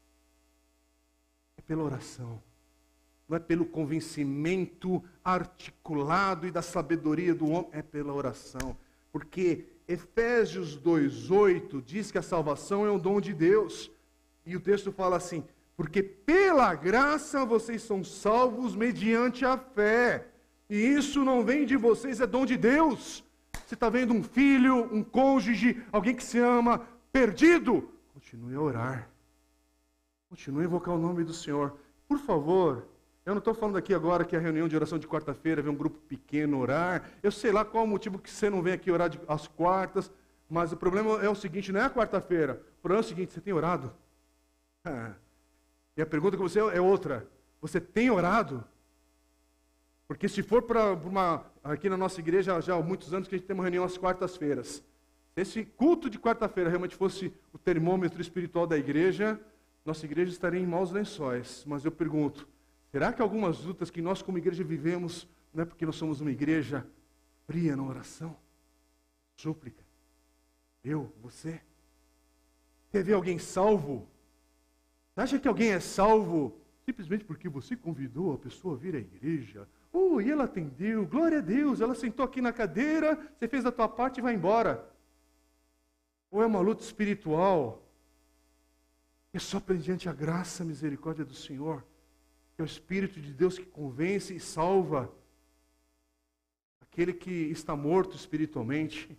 É pela oração. Não é pelo convencimento articulado e da sabedoria do homem, é pela oração. Porque Efésios dois, oito diz que a salvação é um dom de Deus. E o texto fala assim, porque pela graça vocês são salvos mediante a fé. E isso não vem de vocês, é dom de Deus. Você está vendo um filho, um cônjuge, alguém que se ama, perdido? Continue a orar. Continue a invocar o nome do Senhor. Por favor, eu não estou falando aqui agora que a reunião de oração de quarta-feira vem um grupo pequeno orar. Eu sei lá qual é o motivo que você não vem aqui orar de, às quartas, mas o problema é o seguinte, não é a quarta-feira. O problema é o seguinte, você tem orado? Ah. E a pergunta que você é outra. Você tem orado? Porque se for para uma... Aqui na nossa igreja, já há muitos anos que a gente tem uma reunião às quartas-feiras. Se esse culto de quarta-feira realmente fosse o termômetro espiritual da igreja, nossa igreja estaria em maus lençóis. Mas eu pergunto, será que algumas lutas que nós como igreja vivemos, não é porque nós somos uma igreja fria na oração? Súplica. Eu, você? Quer ver alguém salvo? Você acha que alguém é salvo simplesmente porque você convidou a pessoa a vir à igreja? Oh, e ela atendeu, glória a Deus, ela sentou aqui na cadeira, você fez a tua parte e vai embora. Ou é uma luta espiritual? É só mediante a graça, a misericórdia do Senhor, que é o Espírito de Deus que convence e salva aquele que está morto espiritualmente.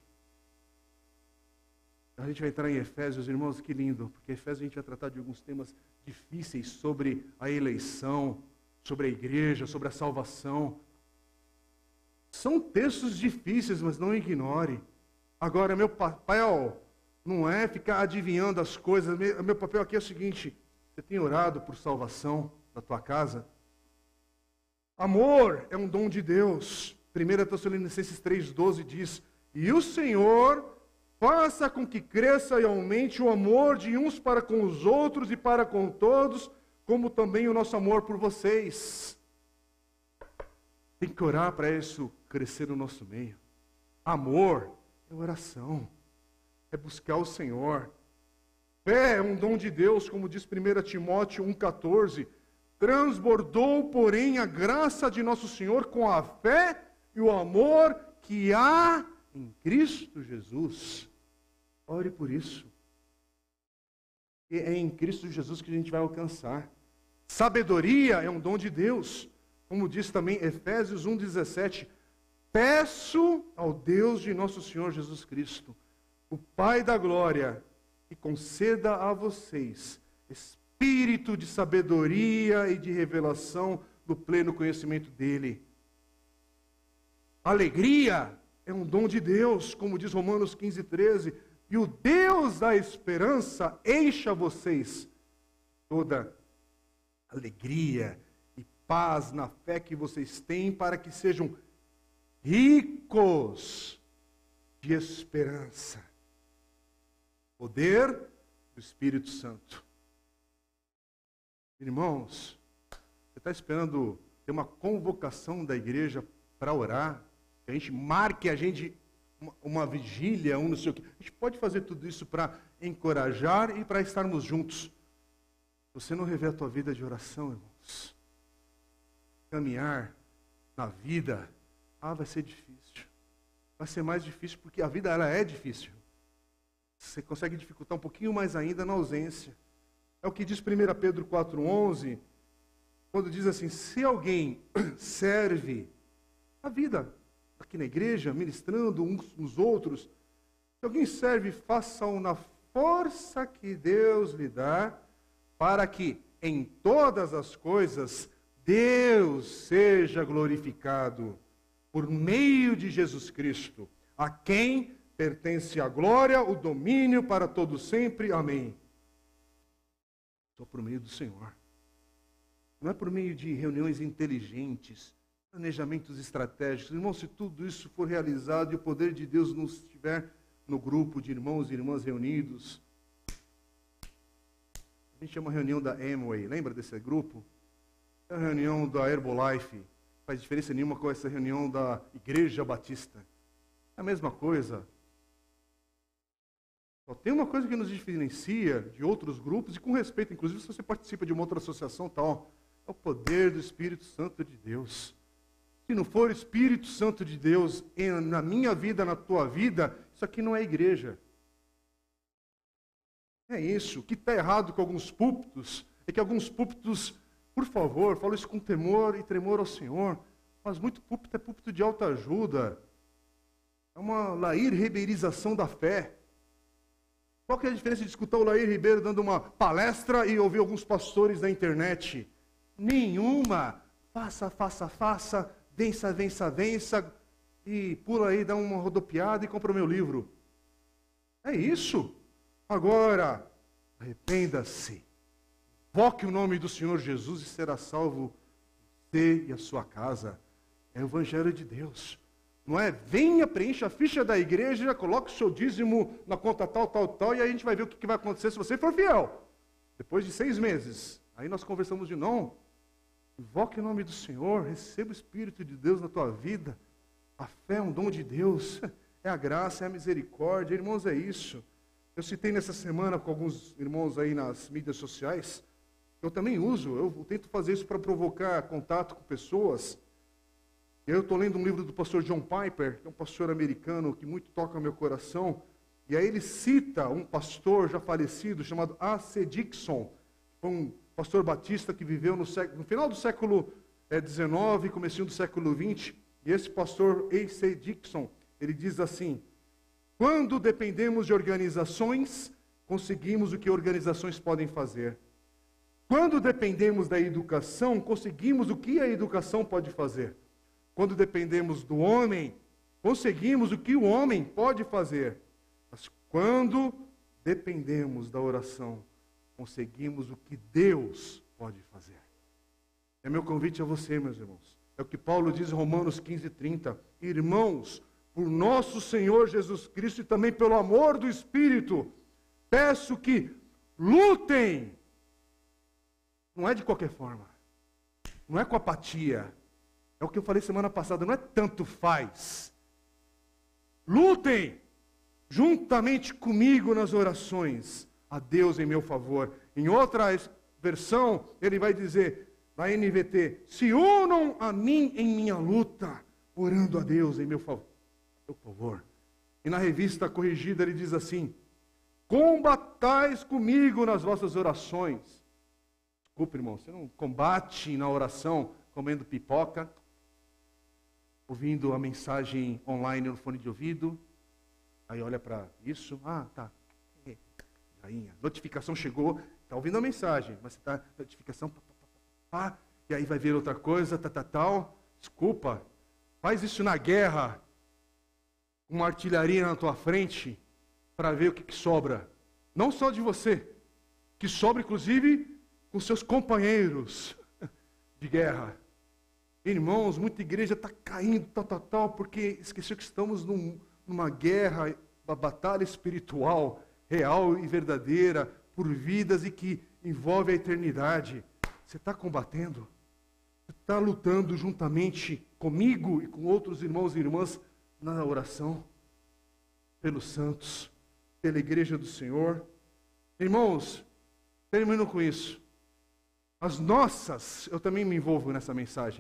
A gente vai entrar em Efésios, irmãos, que lindo, porque em Efésios a gente vai tratar de alguns temas difíceis sobre a eleição, sobre a igreja, sobre a salvação. São textos difíceis, mas não ignore. Agora, meu papel não é ficar adivinhando as coisas. Meu papel aqui é o seguinte, você tem orado por salvação da tua casa? Amor é um dom de Deus. primeira Tessalonicenses três, doze diz, e o Senhor faça com que cresça e aumente o amor de uns para com os outros e para com todos, como também o nosso amor por vocês. Tem que orar para isso crescer no nosso meio. Amor é oração, é buscar o Senhor. Fé é um dom de Deus, como diz primeira Timóteo um, catorze. Transbordou, porém, a graça de nosso Senhor com a fé e o amor que há em Cristo Jesus. Ore por isso. É em Cristo Jesus que a gente vai alcançar. Sabedoria é um dom de Deus. Como diz também Efésios um, dezessete. Peço ao Deus de nosso Senhor Jesus Cristo, o Pai da glória, que conceda a vocês espírito de sabedoria e de revelação do pleno conhecimento dele. Alegria é um dom de Deus, como diz Romanos quinze, treze. E o Deus da esperança encha vocês toda alegria e paz na fé que vocês têm, para que sejam ricos de esperança. Poder do Espírito Santo. Irmãos, você está esperando ter uma convocação da igreja para orar? Que a gente marque a gente uma, uma vigília, um não sei o quê. A gente pode fazer tudo isso para encorajar e para estarmos juntos. Você não rever a tua vida de oração, irmãos. Caminhar na vida, ah, vai ser difícil. Vai ser mais difícil porque a vida ela é difícil. Você consegue dificultar um pouquinho mais ainda na ausência. É o que diz primeira Pedro quatro, onze, quando diz assim, se alguém serve a vida aqui na igreja, ministrando uns nos outros, se alguém serve, faça-o na força que Deus lhe dá, para que em todas as coisas Deus seja glorificado por meio de Jesus Cristo, a quem pertence a glória, o domínio para todo sempre. Amém. Só por meio do Senhor. Não é por meio de reuniões inteligentes, planejamentos estratégicos. Irmão, se tudo isso for realizado e o poder de Deus não estiver no grupo de irmãos e irmãs reunidos. A gente chama a reunião da Amway, lembra desse grupo? É a reunião da Herbalife. Não faz diferença nenhuma com essa reunião da Igreja Batista. É a mesma coisa. Só tem uma coisa que nos diferencia de outros grupos, e com respeito, inclusive se você participa de uma outra associação tal, é o poder do Espírito Santo de Deus. Se não for o Espírito Santo de Deus na minha vida, na tua vida, isso aqui não é igreja. É isso. O que está errado com alguns púlpitos é que alguns púlpitos, por favor, falo isso com temor e tremor ao Senhor, mas muito púlpito é púlpito de alta ajuda. É uma lair ribeirização da fé. Qual que é a diferença de escutar o Lair Ribeiro dando uma palestra e ouvir alguns pastores da internet? Nenhuma. Faça, faça, faça, vença, vença, vença, e pula aí, dá uma rodopiada e compra o meu livro. É isso. Agora, arrependa-se. Invoque o nome do Senhor Jesus e será salvo você e a sua casa. É o Evangelho de Deus. Não é? Venha, preencha a ficha da igreja, coloque o seu dízimo na conta tal, tal, tal, e aí a gente vai ver o que vai acontecer se você for fiel. Depois de seis meses, aí nós conversamos de não. Invoque o nome do Senhor, receba o Espírito de Deus na tua vida. A fé é um dom de Deus, é a graça, é a misericórdia. Irmãos, é isso. Eu citei nessa semana com alguns irmãos aí nas mídias sociais, eu também uso, eu tento fazer isso para provocar contato com pessoas. Eu estou lendo um livro do pastor John Piper, que é um pastor americano que muito toca o meu coração, e aí ele cita um pastor já falecido chamado A C Dixon, foi um pastor batista que viveu no, século, no final do século dezenove, comecinho do século vinte, e esse pastor A C Dixon, ele diz assim: quando dependemos de organizações, conseguimos o que organizações podem fazer. Quando dependemos da educação, conseguimos o que a educação pode fazer. Quando dependemos do homem, conseguimos o que o homem pode fazer. Mas quando dependemos da oração, conseguimos o que Deus pode fazer. É meu convite a você, meus irmãos. É o que Paulo diz em Romanos quinze, trinta. Irmãos, por nosso Senhor Jesus Cristo e também pelo amor do Espírito, peço que lutem. Não é de qualquer forma. Não é com apatia. É o que eu falei semana passada, não é tanto faz. Lutem juntamente comigo nas orações a Deus em meu favor. Em outra versão, ele vai dizer, na N V T, se unam a mim em minha luta, orando a Deus em meu favor. Meu favor. E na revista corrigida ele diz assim, combatais comigo nas vossas orações. Desculpa, irmão, você não combate na oração comendo pipoca, ouvindo a mensagem online no fone de ouvido, aí olha para isso, ah, tá, rainha, notificação chegou, está ouvindo a mensagem, mas você está, notificação, pá, pá, pá, pá, e aí vai ver outra coisa, tá, tá, tal, desculpa, faz isso na guerra, uma artilharia na tua frente, para ver o que, que sobra, não só de você, que sobra inclusive com seus companheiros de guerra. Irmãos, muita igreja está caindo, tal, tal, tal, porque esqueceu que estamos num, numa guerra, uma batalha espiritual, real e verdadeira, por vidas e que envolve a eternidade. Você está combatendo? Você está lutando juntamente comigo e com outros irmãos e irmãs na oração? Pelos santos, pela igreja do Senhor? Irmãos, termino com isso. As nossas, eu também me envolvo nessa mensagem,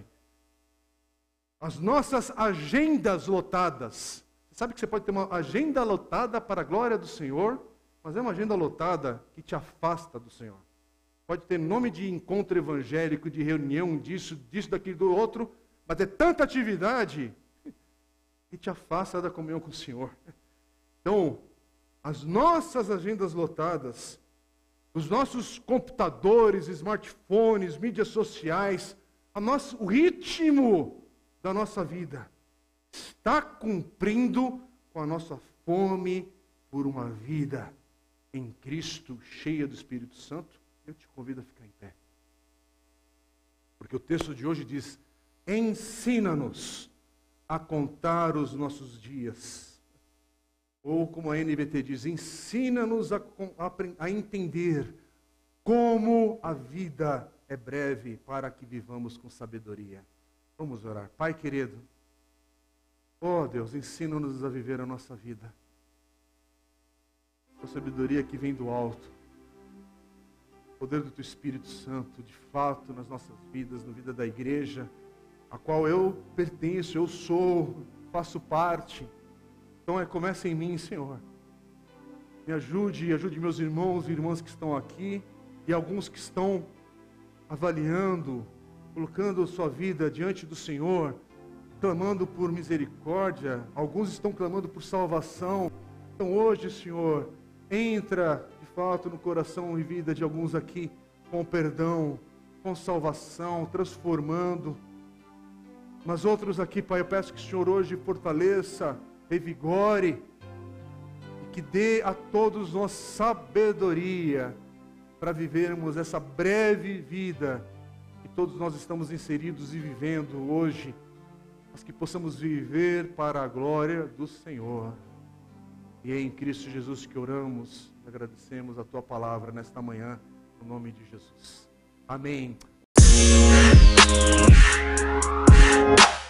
as nossas agendas lotadas. Você sabe que você pode ter uma agenda lotada para a glória do Senhor, mas é uma agenda lotada que te afasta do Senhor. Pode ter nome de encontro evangélico, de reunião, disso, disso, daquilo, do outro, mas é tanta atividade que te afasta da comunhão com o Senhor. Então, as nossas agendas lotadas, os nossos computadores, smartphones, mídias sociais, a nosso, o ritmo da nossa vida está cumprindo com a nossa fome por uma vida em Cristo, cheia do Espírito Santo, eu te convido a ficar em pé. Porque o texto de hoje diz: ensina-nos a contar os nossos dias. Ou como a N V T diz, ensina-nos a, a, a entender como a vida é breve para que vivamos com sabedoria. Vamos orar. Pai querido, oh Deus, ensina-nos a viver a nossa vida com sabedoria que vem do alto. O poder do Teu Espírito Santo, de fato, nas nossas vidas, na vida da igreja, a qual eu pertenço, eu sou, faço parte. Então, é, comece em mim, Senhor. Me ajude, ajude meus irmãos e irmãs que estão aqui e alguns que estão avaliando, colocando a sua vida diante do Senhor, clamando por misericórdia. Alguns estão clamando por salvação. Então, hoje, Senhor, entra de fato no coração e vida de alguns aqui com perdão, com salvação, transformando. Mas outros aqui, Pai, eu peço que o Senhor hoje fortaleça, revigore, e que dê a todos nós sabedoria para vivermos essa breve vida que todos nós estamos inseridos e vivendo hoje, mas que possamos viver para a glória do Senhor. E é em Cristo Jesus que oramos e agradecemos a Tua palavra nesta manhã, no nome de Jesus. Amém.